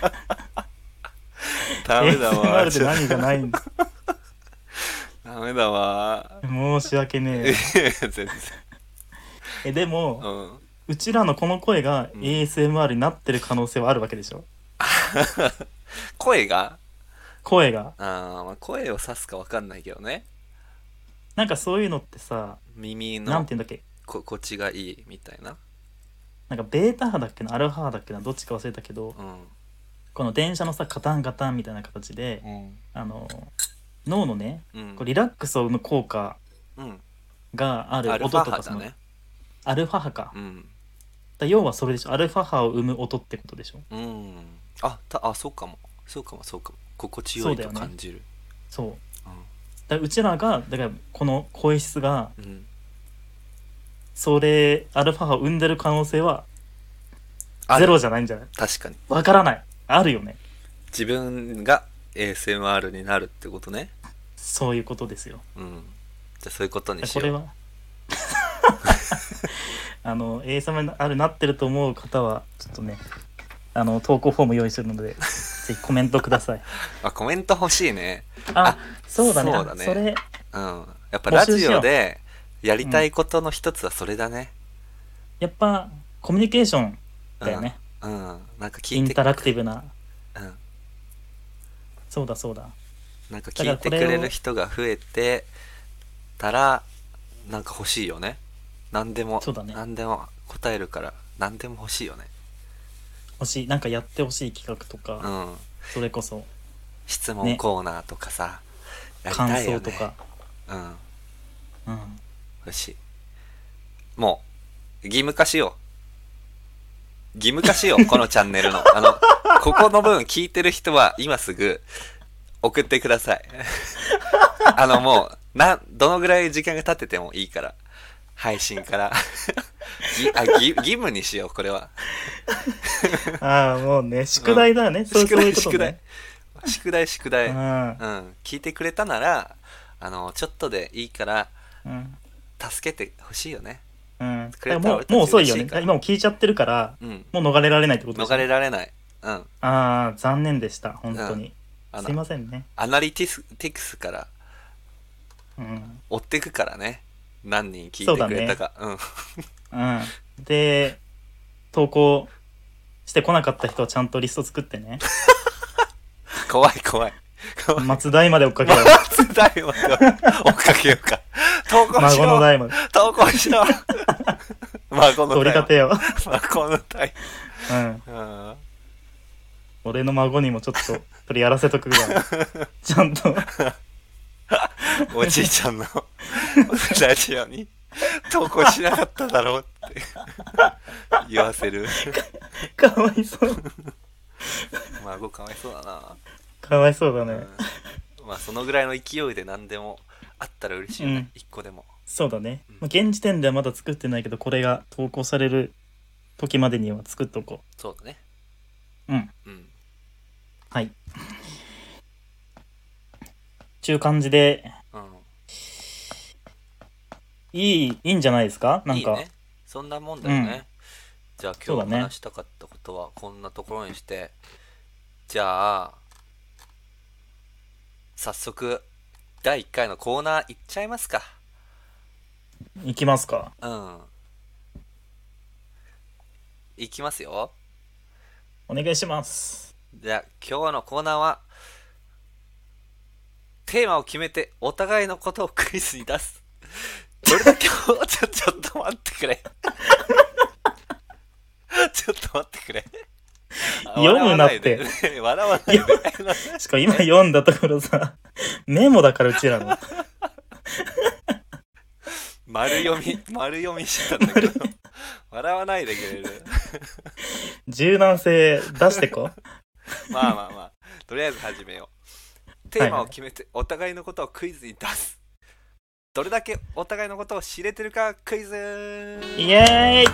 ダメだわ。 ASMR って何がないんだ。 ダメだわ。 申し訳ねえ。 全然。でも、うちらのこの声が ASMR になってる可能性はあるわけでしょ。 声が声を指すか分かんないけどね。 なんかそういうのってさ、 耳のなんていうんだっけ、 こっちがいいみたいな。 なんかベータ波だっけなアルファ波だっけな、どっちか忘れたけど、この電車のさカタンカタンみたいな形で、脳のね、こうリラックスを生む効果がある音とか、アルファ波か、要はそれでしょ。アルファ波を生む音ってことでしょ。 そうかも心地よいと感じる。 そう、だからうちらがだからこの声質が、それアルファ波を生んでる可能性はゼロじゃないんじゃない？ 確かにわからない。あるよね。 自分が ASMR になるってことね。 そういうことですよ。 じゃあそういうことにしよう。 これはASMR になってると思う方はちょっとね、投稿フォーム用意するのでぜひコメントください。 コメント欲しいね。 そうだね。それやっぱラジオでやりたいことの一つはそれだね。 やっぱコミュニケーションだよね。 なんかインタラクティブな。そうだ。 なんか聞いてくれる人が増えてたらなんか欲しいよね。何でも、何でも答えるから何でも欲しいよね。 欲しい。なんかやってほしい企画とか、それこそ質問コーナーとかさ、やりたいよね。 感想とか、 欲しい。もう義務化しようこのチャンネルのここの分聞いてる人は今すぐ送ってください。もうどのぐらい時間が経っててもいいから配信から義務にしようこれは。 もうね、宿題だね。そういうことね。 宿題。聞いてくれたならちょっとでいいから助けてほしいよね。 もう遅いよね。今も聞いちゃってるから、もう逃れられないってことですね。 逃れられない。 残念でした本当に。すいませんね。 アナリティクスから追ってくからね。何人聞いてくれたか。 で投稿してこなかった人はちゃんとリスト作ってね。 怖い。 松代まで追っかけよう。 松代まで追っかけようか。投稿しろ。 孫の代まで。 投稿しろ。孫の代。 取り立てよ。 孫の代。 俺の孫にもちょっとそれやらせとくわ。ちゃんとおじいちゃんのラジオに投稿しなかっただろうって言わせる。 かわいそう。 孫かわいそうだな。 かわいそうだね、 まあそのぐらいの勢いで何でもあったら嬉しいよね、一個でも。 そうだね、現時点ではまだ作ってないけど、これが投稿される時までには作っとこう。そうだね。 はい。ちゅう感じで、いいんじゃないですか。なんかいい、 ね、そんなもんだよね、じゃあ今日話したかったことはこんなところにして、じゃあ早速第1回のコーナーいっちゃいますか。 いきますか。 いきますよ。 お願いします。 じゃあ今日のコーナーは、テーマを決めてお互いのことをクイズに出す。どれだけちょっと待ってくれちょっと待ってくれ。 読むなって。 笑わないで。 しかも今読んだところさ、メモだからうちらの。 丸読みしてたんだけど、笑わないでくれる。 柔軟性出してこ。 まあ、とりあえず始めよう。テーマを決めてお互いのことをクイズに出す。どれだけお互いのことを知れてるかクイズ。 イエーイ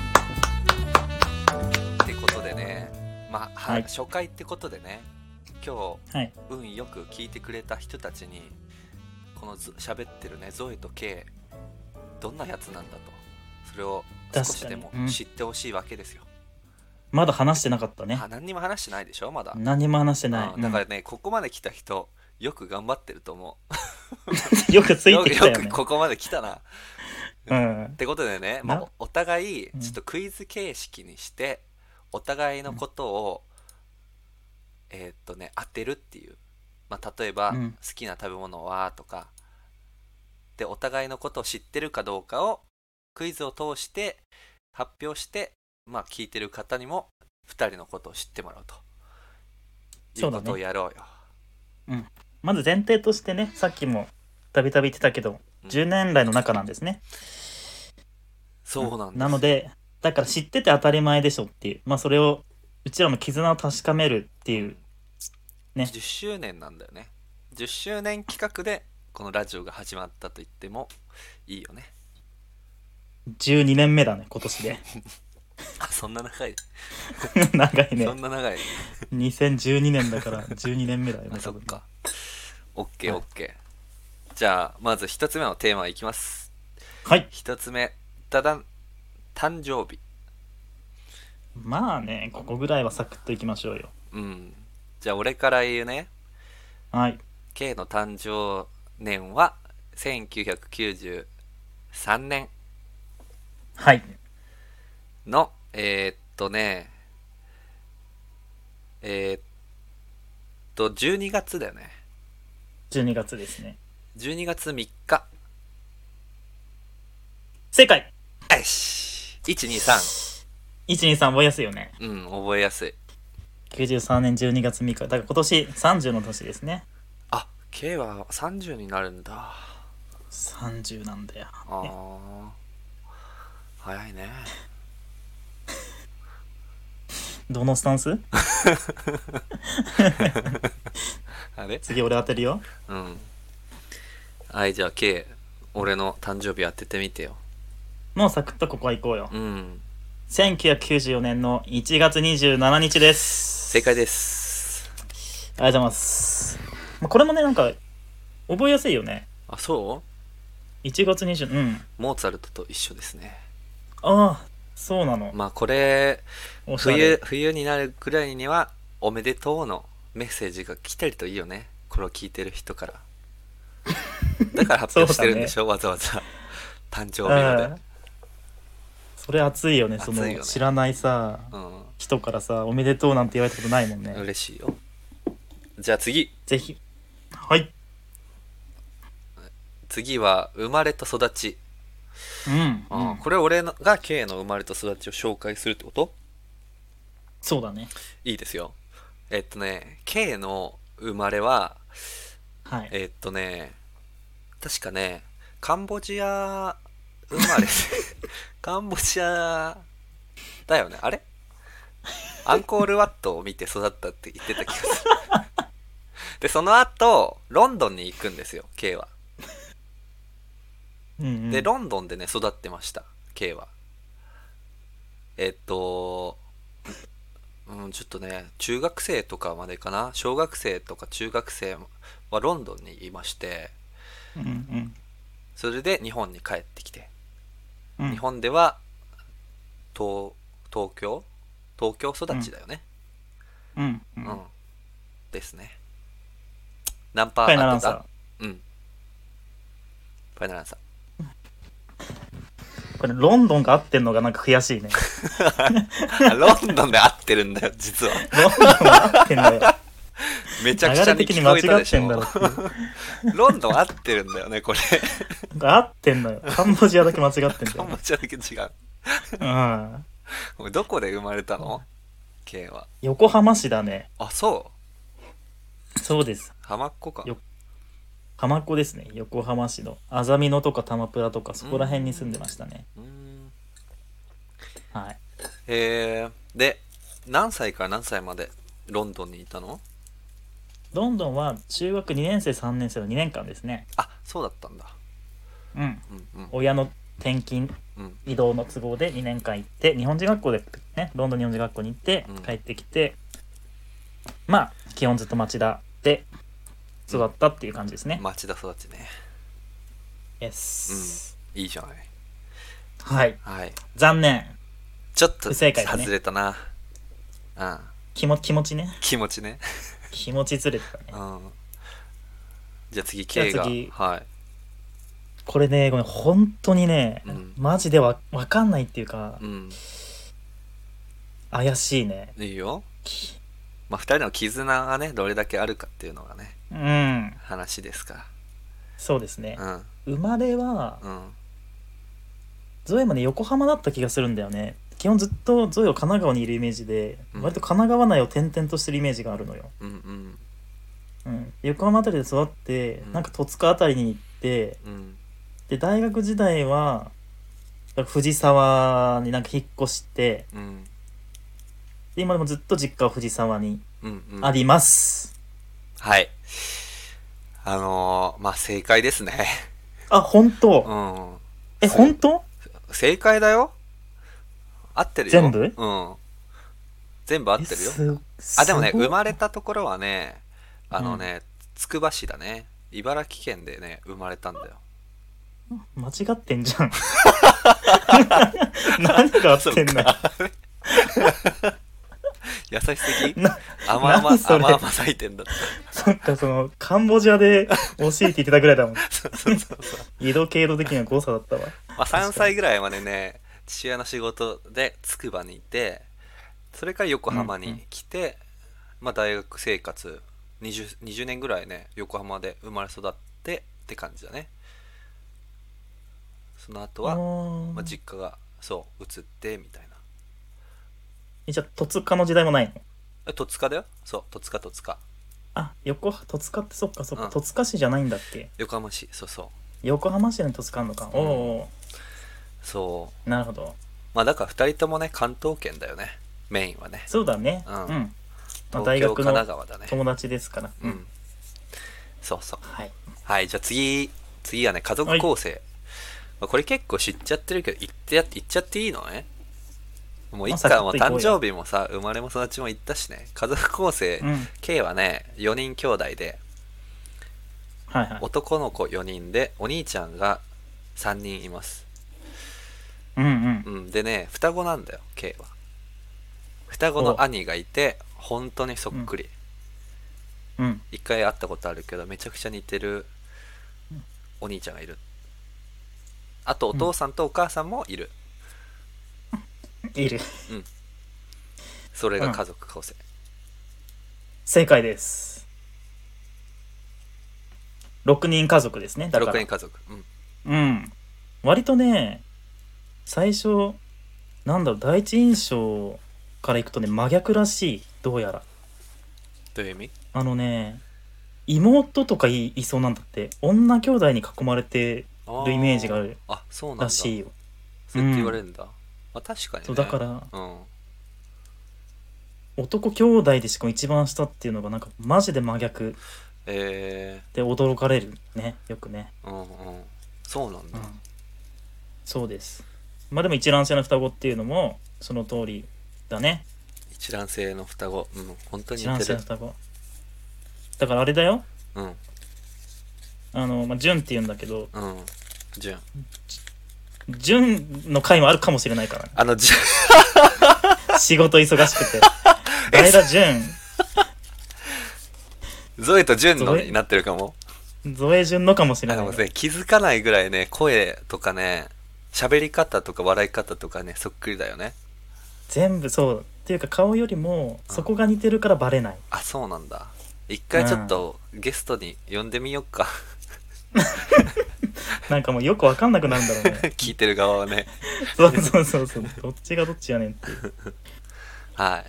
ってことでね、初回ってことでね、今日、運よく聞いてくれた人たちにこの喋ってるねゾエとケイ、どんなやつなんだと、それを少しでも知ってほしいわけですよ。 まだ話してなかったね。 何にも話してないでしょ。まだ何にも話してない、 だからね、ここまで来た人よく頑張ってると思う。よくついてきたよね。 よくここまで来たな。ってことでね、お互いちょっとクイズ形式にして、お互いのことを、当てるっていう。例えば、好きな食べ物はとかで、お互いのことを知ってるかどうかをクイズを通して発表して、聞いてる方にも2人のことを知ってもらうということをやろうよ。 まず前提としてね、さっきもたびたび言ってたけど、10年来の仲なんですね。 そうなんです。 なので、だから知ってて当たり前でしょっていう、それをうちらの絆を確かめるっていうね。 10周年なんだよね。10周年企画でこのラジオが始まったと言ってもいいよね。 12年目だね、今年で。 そんな長い長いね。 そんな長い。 2012年だから12年目だよね。 そっか。OK。じゃあまず1つ目のテーマいきます。 はい。 1つ目、誕生日。 ここぐらいはサクッといきましょうよ。 じゃあ俺から言うね。 はい。 K の誕生年は1993年。 はい。 の12月だよね。 12月ですね。 12月3日。 正解。 よし。123。 123覚えやすいよね。 覚えやすい。 93年12月3日。だから今年30の年ですね。 K は30になるんだ。 30なんだよ。 早いね。 どのスタンスあれ、 次俺当てるよ。 はい、じゃあ K、 俺の誕生日当ててみてよ。 もうサクッとここは行こうよ。1994年の1月27日です。 正解です。 ありがとうございます。これもね、なんか覚えやすいよね。 そう ?1 月20、 モーツァルトと一緒ですね。 そうなの。 これ冬になるくらいにはおめでとうのメッセージが来てるといいよね、これを聞いてる人から。だから発表してるんでしょ、わざわざ誕生日まで。 それ熱いよね。その知らないさ、人からさおめでとうなんて言われたことないもんね。 嬉しいよ。じゃあ次、 ぜひ。はい。 次は生まれと育ち。これ俺が K の生まれと育ちを紹介するってこと？ そうだね。 いいですよ。 K の生まれは、 はい。 確かね、カンボジア生まれカンボジアだよね。あれアンコールワットを見て育ったって言ってた気がする。で、その後、ロンドンに行くんですよ、K は。で、 うんうん。 ロンドンでね、育ってました、K は。えっと、ちょっとね、中学生とかまでかな。小学生とか中学生はロンドンにいまして、 うんうん。 それで日本に帰ってきて、日うん。 本では東、東京東京育うん。 ちだよね。 うん。ううん。 ん。 ですね。何パファイー当てた？ ナルアンサうん。ファイナルアンサー。これロンドンが合ってんのがなんか悔しいね。 ー。あ、ロンドンで合ってるんだよ、実は。 ロンドンが合ってんだよ。 めちゃくちゃ流れ的にに聞こえた間違ってんだでしょ。 ろっていう。 ロンドン合ってるんだよね、これ。 合ってんのよ。カンボジアだけ間違ってんだよね。 カンボジアだけ違う。 うん。 お前どこで生まれたの？ K は。 横浜市だね。 あ、そう。 そうです。 浜っ子か。 浜っ子ですね。横浜市の安曇野とか玉プラとかそうーこら辺に住んでん。 ましたね。 うーん。 はい。 で、何歳から何歳までロンドンにいたの？ ロンドンは中学2年生3年生の2年間ですね。 あ、そうだったんだ。 うん。 うんうん親の転勤うん。 移動の都合で2年間行って日本人学校でねロンドン日本人学校に行ってうん帰ってきてまあ基本ずっと町田でうん。 育ったっていう感じですね。 町田育ちね。 イエうん。 ス。 いいじゃない。 はい。 はい。 残念。 ちょっと不正解だね。 外れたな。うん。 気持ちね。 気持ちね。 気持ちずれてたね。 うん。じゃあ次、 じゃあ K が。 次。 はこれね、ごめん、本当にね、 い。うん。 マジでわかんないっていうか、 うん。 怪しいね。 いいよ。 きまあ、二人の絆がね、どれだけあるかっていうのがね、 うん、 話ですかそうですね。 ら。 生まれは、 うん。うん。 ゾエもね、横浜だった気がするんだよね。基本ずっとゾエは神奈川にいるイメージで、 うん。 割と神奈川内を転々としてるイメージがあるのよ。 うん。 うん。横浜あたりで育って、 うん。 なんか戸塚あたりに行って、 うん。 で、大学時代は、藤沢になんか引っ越して、 うん。 で、今でもずっと実家は藤沢にうん。うん。 あります。 はい。まあ、正解ですね。 あ、本当？ うん。 え、本当？ 正解だよ。合ってるよ。 全部？ うん。全部合っえ、 てるよ。あ、でもね、生すごっ。 まれたところはね、 うん。 つくば市だね。茨城県でね、生まれたんだよ。 間違ってんじゃん。何が合っそってんのよ。 か。優しすぎ？ な、 甘々、 何それ。 甘々採点だった。 そっか、カンボジアで惜しいって言ってたぐらいだもん。 そうそうそうそう。 緯度経度的には誤差だったわ。 まあ、3 確かに。 歳ぐらいまでね、父親の仕事でつくばにいて、それから横浜にうんうん。 来て、まあ、大学生活20年ぐらいね、横浜で生まれ育ってって感じだね。その後あは、まあ、 ー。 実家がそう移ってみたいな。 じゃあ、戸塚の時代もないの？ 戸塚だよ。そう、戸塚。 あ、戸塚ってそっかそっか。 うん。 戸塚市じゃないんだっけ？ 横浜市、そうそ横浜市に戸塚あんのか。おう。うん。 おそう。 ー、なるほど。 まあだから二人ともね、関東圏だよね。メインはね。 そうだね。 うん。 うん。まあ、 東京、神大学の奈川だね。 友達ですから。うん。 うん。そうそう。 はい。 はい、じゃあ次はね、家族はい。 構成。まあ、これ結構知っちゃってるけど、言っちゃっていいのね。もういっまあ、サクか、 ッもう誕といこうよ。 生日もさ、生まれも育ちも言ったしね。家族構成、 うん。 K はね、4人兄弟で、 はいはい。 男の子4人で、お兄ちゃんが3人います。 うんうん。 うん。でね、双子なんだよ、K は。双子のお。 兄がいて、本当にそっうん。 くり。 うん。 一回会ったことあるけど、めちゃくちゃ似てるお兄ちゃんがいる。あとおうん。 父さんとお母さんもいる。 いる。 うん。それうん。 が家族構成。 正解です。6人家族ですね。だか 6人ら。 家族。うん。 うん。割とね、最初、なんだろう、第一印象からいくとね、真逆らしい。どうやら。 どういう意味？ あのね、妹とかいそうなんだって。女兄弟に囲まれてるイメージがあるあ、そうなんだ。 らしいよ。 そうやって言われるんだ。まあ確かにね。 そうだから、 うん。 男兄弟でしかも一番下っていうのがなんかマジで真逆で驚かれるね、よくね。 うんうん。そうなんだ。 そうです。まあでも一卵性の双子っていうのもその通りだね。 一卵性の双子。うん、本当に一卵似てる。 性の双子。だからあれだよ。 うん。 まあ、純って言うんだけど、 うん。純。 純の回もあるかもしれないからね。 純。 仕事忙しくて。代打純。 ゾエと純のになってるかも。 ゾエ純のかもしれない。 でもね、気づかないぐらいね、声とかね、喋り方とか笑い方とかね、そっくりだよね。 全部そう。っていうか顔よりもそこが似てるからバレない。 あ、そうなんだ。一回ちょっとゲストに呼んでみよっか。 なんかもうよくわかんなくなるんだろうね。 聞いてる側はね。 そうそうそうそう。どっちがどっちやねんっていう。 はい。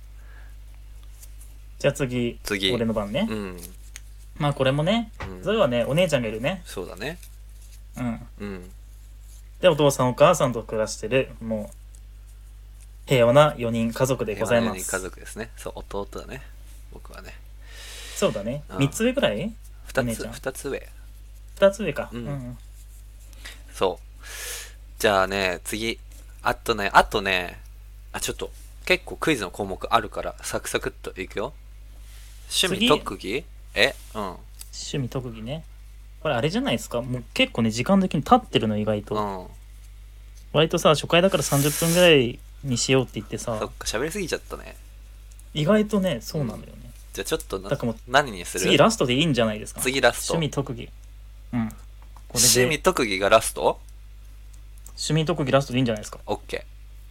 じゃあ次俺の番ね。 うん。 まあこれもね、それはね、お姉ちゃんがいるね。 そうだね。 うん。 うん。 で、お父さんお母さんと暮らしてる、もう、平和な4人家族でございます。 4人家族ですね。そう、弟だね。僕はね。 そうだね。3つ上くらい ?2 つ上。 2つ上か。 うん。そう。じゃあね、次。あとね、ちょっと、結構クイズの項目あるから、サクサクっといくよ。趣味特技？うん。 趣味特技ね。これあれじゃないですか。もう結構ね、時間的に経ってるの意外と。うん。割とさ、初回だから30分ぐらいにしようって言ってさ。 そっか、喋りすぎちゃったね。 意外とね、そうなのよね。 じゃあちょっとだからもう何にする？ 次ラストでいいんじゃないですか。 次ラスト。 趣味特技。うん。 趣味特技がラスト？ 趣味特技ラストでいいんじゃないですか。 オッケー。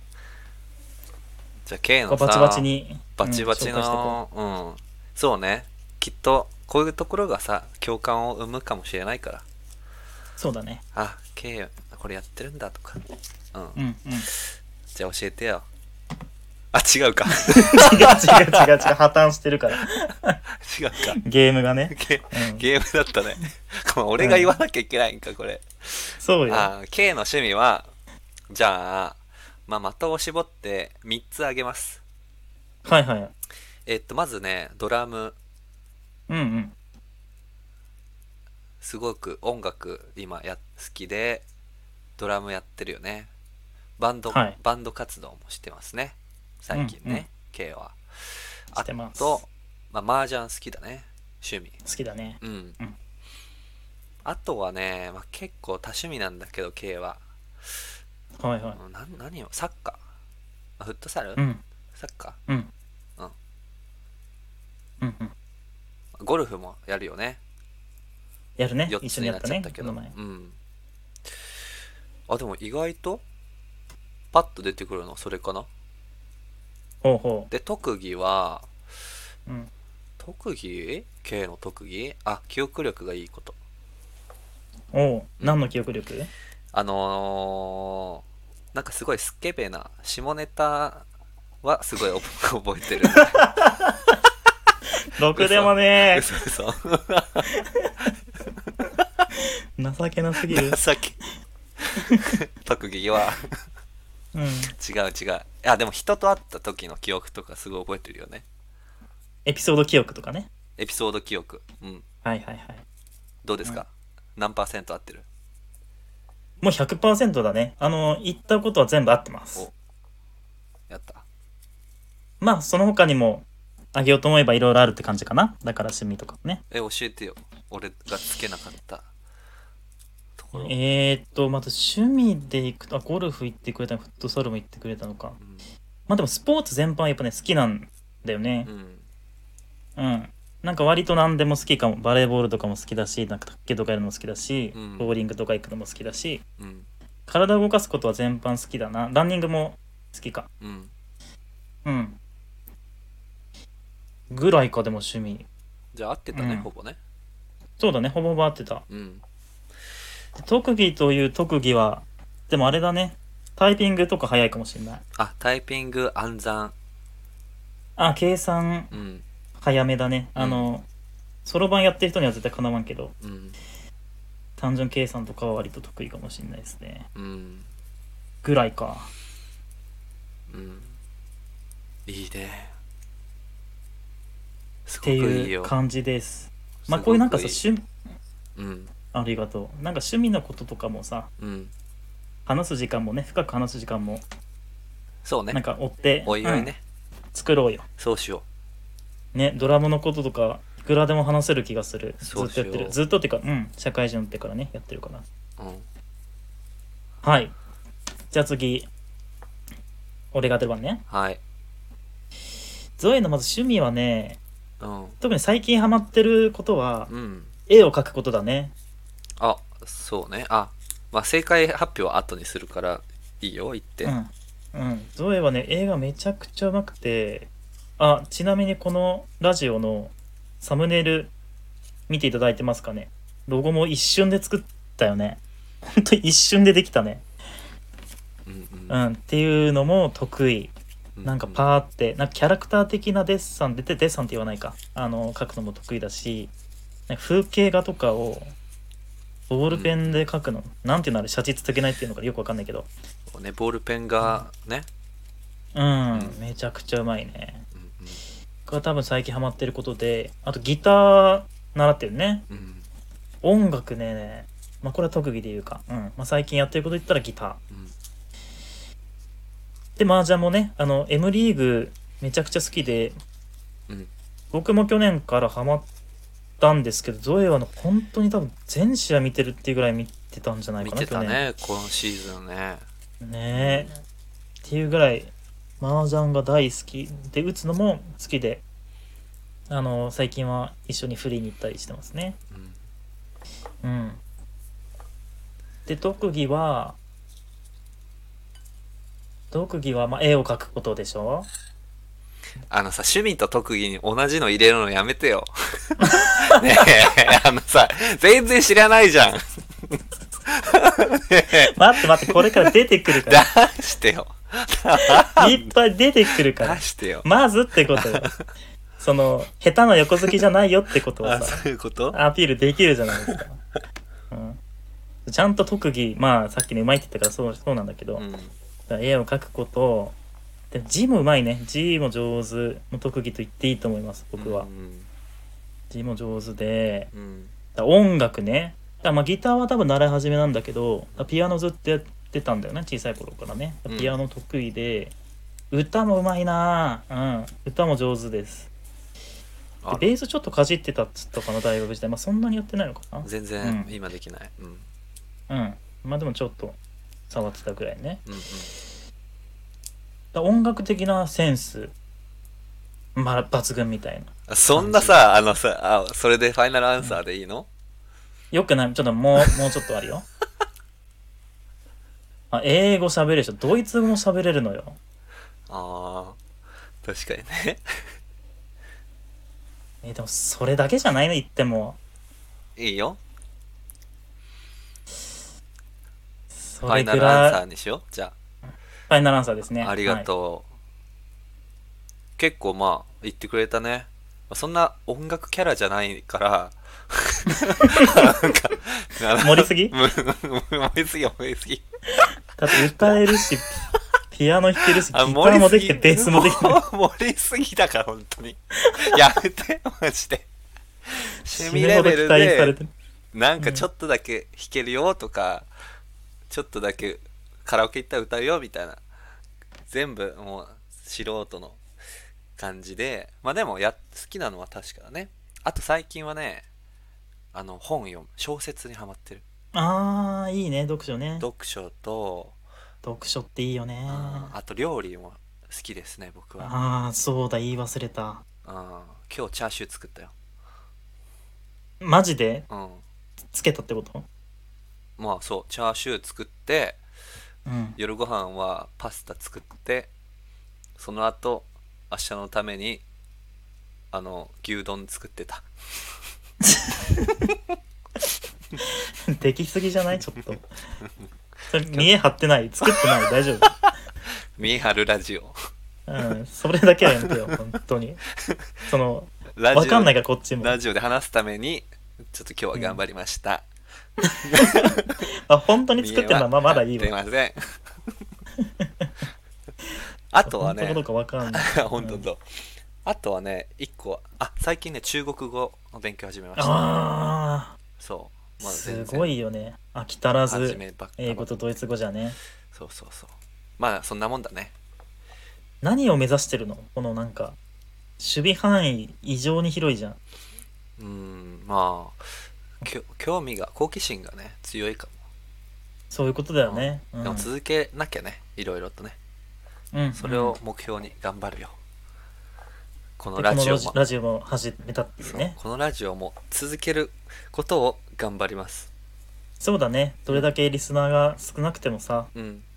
じゃあ K のさ、 バチバチに、 バチバチの、うん、そうね。きっとこういうところがさ、共感を生むかもしれないから。 そうだね。 あ、K これやってるんだとか。 うんうん。 じゃあ教えてよ。あ、違うか。 違う破綻してるから。 違うか。 ゲームがね。 ゲームだったね。俺が言わなきゃいけないんか、これ。 そうよ。 K の趣味は、じゃあ、的を絞って3つあげます。 はいはい。 まずね、ドラム。 うんうん。 すごく音楽今好きで、ドラムやってるよね。バンド活動もしてますね。最近ね、K は。あと、麻雀好きだね。趣味。 好きだね。 うん。あとはね、結構多趣味なんだけど、K は。 はいはい。 何をサッカー、フットサル、サッカー、 ゴルフもやるよね。 やるね。 4つになっちゃったけど。でも意外とパッと出てくるのそれかな。で、特技は、特技？ K の特技？記憶力がいいこと。 何の記憶力？ なんかすごいスケベな下ネタはすごい覚えてる。 ろくでもねー。嘘。 情けなすぎる。 特技は違う。でも人と会った時の記憶とかすごい覚えてるよね。 エピソード記憶とかね。 エピソード記憶。 はい。 どうですか？何%合ってる？ もう 100% だね。言ったことは全部合ってます。 やった。 その他にもあげようと思えばいろいろあるって感じかな。だから趣味とかね。 教えてよ。俺がつけなかったところ。 また趣味でいくと、ゴルフ行ってくれたの、フットサルも行ってくれたのか。でもスポーツ全般やっぱね、好きなんだよね。なんか割と何でも好きかも。バレーボールとかも好きだし、なんか卓球とかやるのも好きだし、ボーリングとか行くのも好きだし、体を動かすことは全般好きだな。ランニングも好きか。ぐらいか。でも趣味じゃあ合ってたね、ほぼね。 そうだね、ほぼほぼ合ってた。特技という特技はでもあれだね、タイピングとか早いかもしれない。 タイピング暗算。 計算、 早めだね。そろばんやってる人には絶対かなわんけど、 うん、 単純計算とかは割と得意かもしれないですね。 うん、 ぐらいか。 うん、いいね。すってごくいいよ。 いう感じです。まあこういうなんかさ、 うん、 ありがとう。なんか趣味のこととかもさ、 うん、 話す時間もね、深く話す時間も、 そうね。 なんか追って、 おいおいね、 作ろうよ。 そうしよね、ドラムのこととか、いくらでも話せる気がする。ずそうしようっとやってる。ずっとっていうか、社会人になってからね、やってるから。 う。うん。 はい。じゃあ次、俺が出る番ね。 はい。 ゾエのまず趣味はね、 うん。 特に最近ハマってることは、 うん。 絵を描くことだね。 あ、そうね。あ、まあ正解発表は後にするからいいよ、言って。 うん。うん。ゾエはね、絵がめちゃくちゃうまくて、あ、ちなみにこのラジオのサムネイル見ていただいてますかね。ロゴも一瞬で作ったよね。ほんと一瞬でできたね。 うんっていうのも得意。 うん。 なんかパーって、なんかキャラクター的なデッサンデッサンって言わないか。描くのも得意だし、なんか風景画とかをボールペンで描くの、なんていうのあれ、写実的ないっていうのかよくわかんないけど。 そうね、ボールペンがね。 めちゃくちゃうまいね。 うんこれは多分最近ハマってることで、あとギター習ってるね。 うん。 音楽ね、まあこれは特技で言うか。まあ最近やってること言ったらギター。 うんで、麻雀もね、M リーグめちゃくちゃ好きで、 うん。 僕も去年からハマったんですけど、ゾエは本当に多分全試合見てるっていうぐらい見てたんじゃない見かな、 てたね、今シーズンね。 ねえ。っていうぐらい、麻雀が大好きで、打つのも好きで、最近は一緒にフリーに行ったりしてますね。 うん。 うん。で、特技はまあ絵を描くことでしょ。 あのさ、趣味と特技に同じの入れるのやめてよ。ねえ、あのさ、全然知らないじゃん。ね待って、これから出てくるから。 出してよ。 いっぱい出てくるから。 出してよ。 まずってことよ。下手な横好きじゃないよってことをあ、 さ、 そういうこと？ アピールできるじゃないですか。ちゃんと特技、まあさっきのうまいって言ったからそうなんだけど、だから絵を描くこと、で字もうまいね。字も上手の特技と言っていいと思います、僕は。字も上手で、だから音楽ね。だからまあギターは多分習い始めなんだけど、ピアノずっとやってたんだよね、小さい頃からね。ピアノ得意で、歌もうまいな。歌も上手です。でベースちょっとかじってたっつったかな、大学時代。まあそんなにやってないのかな。 全然今できない。 まあでもちょっと触ってたぐらいね。音楽的なセンス、まあ抜群みたいな。 そんなさ、それでファイナルアンサーでいいの？ よくない？ちょっともうちょっとあるよ。英語喋れる人、ドイツ語も喋れるのよ。 ああ、確かにね。 でもそれだけじゃないの、言っても。 いいよ。 そファイナれぐらい。 ルアンサーにしよう。じゃファイナルアンサーですね。 あ。ありがとう。結構まあ、言ってくれたね。そんな音楽キャラじゃないから、なんか、 盛りすぎ盛りすぎ。 だって歌えるし、ピアノ弾けるし、ギターもできて、ベースもできて。 盛りすぎだから、本当に。やめて、マジで。趣味レベルで、なんかちょっとだけ弾けるよとか、ちょっとだけカラオケ行ったら歌うよみたいな。全部もう素人の感じで。まあでも好きなのは確かだね。あと最近はね、本読む。小説にハマってる。 いいね、読書ね。 読書と、 読書っていいよね。 あと料理も好きですね、僕は。 そうだ、言い忘れた。 今日チャーシュー作ったよ。 マジで？つけたってこと？ まあそう、チャーシュー作って、夜ご飯はパスタ作って、その後明日のために牛丼作ってた。 できすぎじゃない？ちょっとそれ見え張ってない？作ってない？大丈夫？ 見え張るラジオ。 それだけはやめてよ、本当に。 わかんないからこっちも。 ラジオで話すためにちょっと今日は頑張りました、 あ、本当に作ってるのはまだいいわ。 すいませんあとはね、 本当かどうかわかんない本当と、あとはね一個、最近ね中国語の勉強始めました、そう、 すごいよね。飽き足らず英語とドイツ語じゃね。 そうそうそう、まあそんなもんだね。 何を目指してるの？このなんか守備範囲異常に広いじゃん。 まあ興味が、好奇心がね強いかも。 そういうことだよね、 でも続けなきゃね、いろいろとね、それを目標に頑張るよ。このラジオも始めたっていうね。 このラジオも続けることを頑張ります。 そうだね。どれだけリスナーが少なくてもさ、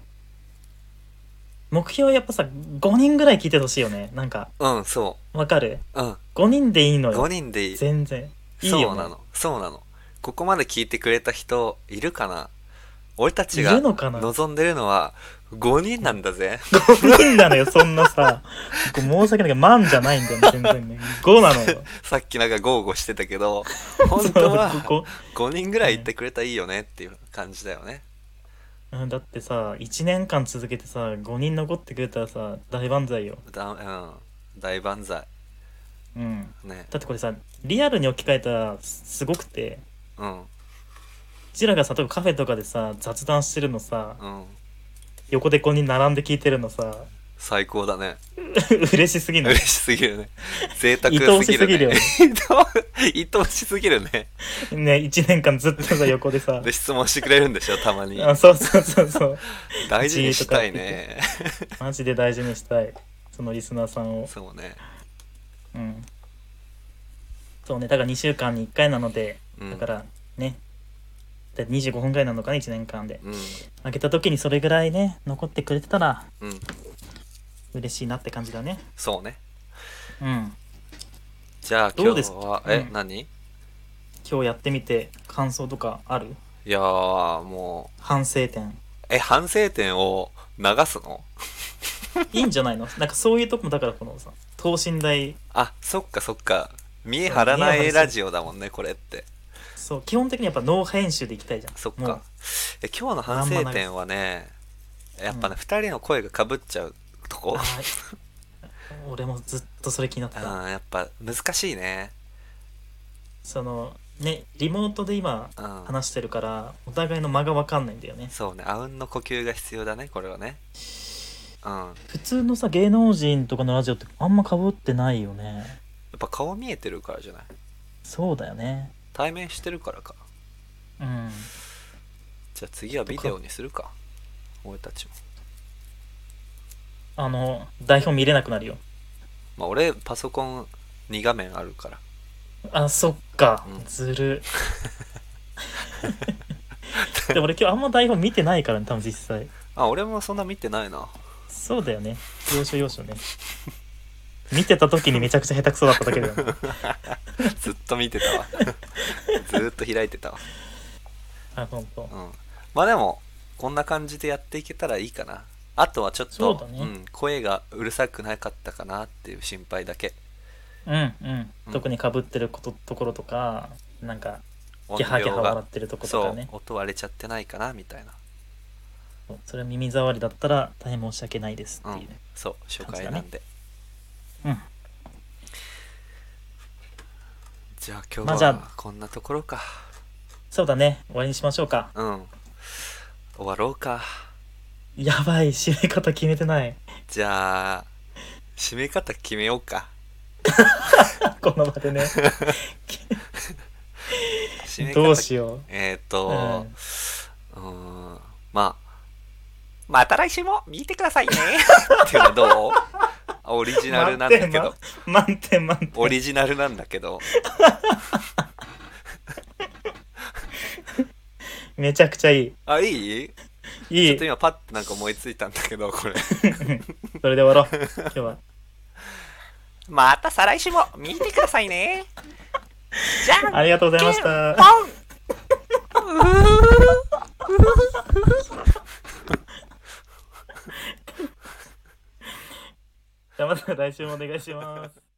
目標はやっぱさ5人ぐらい聞いてほしいよね。なんかそうわかる？5人でいいのよ。 5人でいい。 全然いいよ、ね、 そうなの。ここまで聞いてくれた人いるかな。俺たちが望んでるのは5人なんだぜ。 5人なのよ。そんなさ申し訳ないけど万じゃないんだよね。全然ね5なのよ。 さっきなんか豪語してたけど本当は5人ぐらい言ってくれたらいいよねっていう感じだよね。 だってさ1年間続けてさ5人残ってくれたらさ大万歳よ。 大万歳。 ね、だってこれさリアルに置き換えたらすごくて、うちらがさ例えばカフェとかでさ雑談してるのさ、横で5人並んで聞いてるのさ最高だね。 嬉しすぎる。 嬉しすぎるね。贅沢すぎるね。愛おしすぎるね。 ね、1年間ずっとさ横でさで質問してくれるんでしょたまに。 そう。 大事にしたいね。 マジで大事にしたい。そのリスナーさんを。 そうね。 そうね、だから2週間に1回なので、だからね25分ぐらいなのかな1年間で、開けた時にそれぐらいね残ってくれてたら、嬉しいなって感じだね。 そうね。じゃあ今日は何？ 今日やってみて感想とかある？ いやーもう反省点。 反省点を流すの？ いいんじゃないの？なんかそういうとこもだからこのさ等身大。 そっか見え張らないラジオだもんねこれって。 そう基本的にやっぱノー編集でいきたいじゃん。 そっか。今日の反省点はねやっぱね、2人の声がかぶっちゃうとこ。 俺もずっとそれ気になってた。 やっぱ難しいね。 そのねリモートで今話してるから、お互いの間が分かんないんだよね。 そうね、あうんの呼吸が必要だねこれはね。 普通のさ芸能人とかのラジオってあんまかぶってないよね。 やっぱ顔見えてるからじゃない？ そうだよね。 対面してるからか。じゃあ次はビデオにするか俺たちも。台本見れなくなるよ。 俺パソコン2画面あるから。 そっか、ずるでも俺今日あんま台本見てないからね多分実際。 俺もそんな見てないな。 そうだよね、要所ね見てた時にめちゃくちゃ下手くそだっただけだよねずっと見てたわずっと開いてたわ。 本当。 でもこんな感じでやっていけたらいいかな。あとはちょっと、声がうるさくなかったかなっていう心配だけ。特にかぶってるところとかなんかギャハギャハ笑ってるところとかね。 そう音割れちゃってないかなみたいな。 それは耳障りだったら大変申し訳ないですっていう、 そう初回なんで。じゃあ今日はこんなところか。 そうだね、終わりにしましょうか。 終わろうか。 やばい、締め方決めてない。 じゃあ締め方決めようかこの場でねどうしよう。 また来週も見てくださいねっていうのどう？オリジナルなんだけど。 満点。 オリジナルなんだけどめちゃくちゃいい。 いい？ちょっと今パッてなんか思いついたんだけどこれそれで終わろう今日は。 また再来週も見てくださいね。じゃんありがとうございました。じゃあまた来週もお願いします。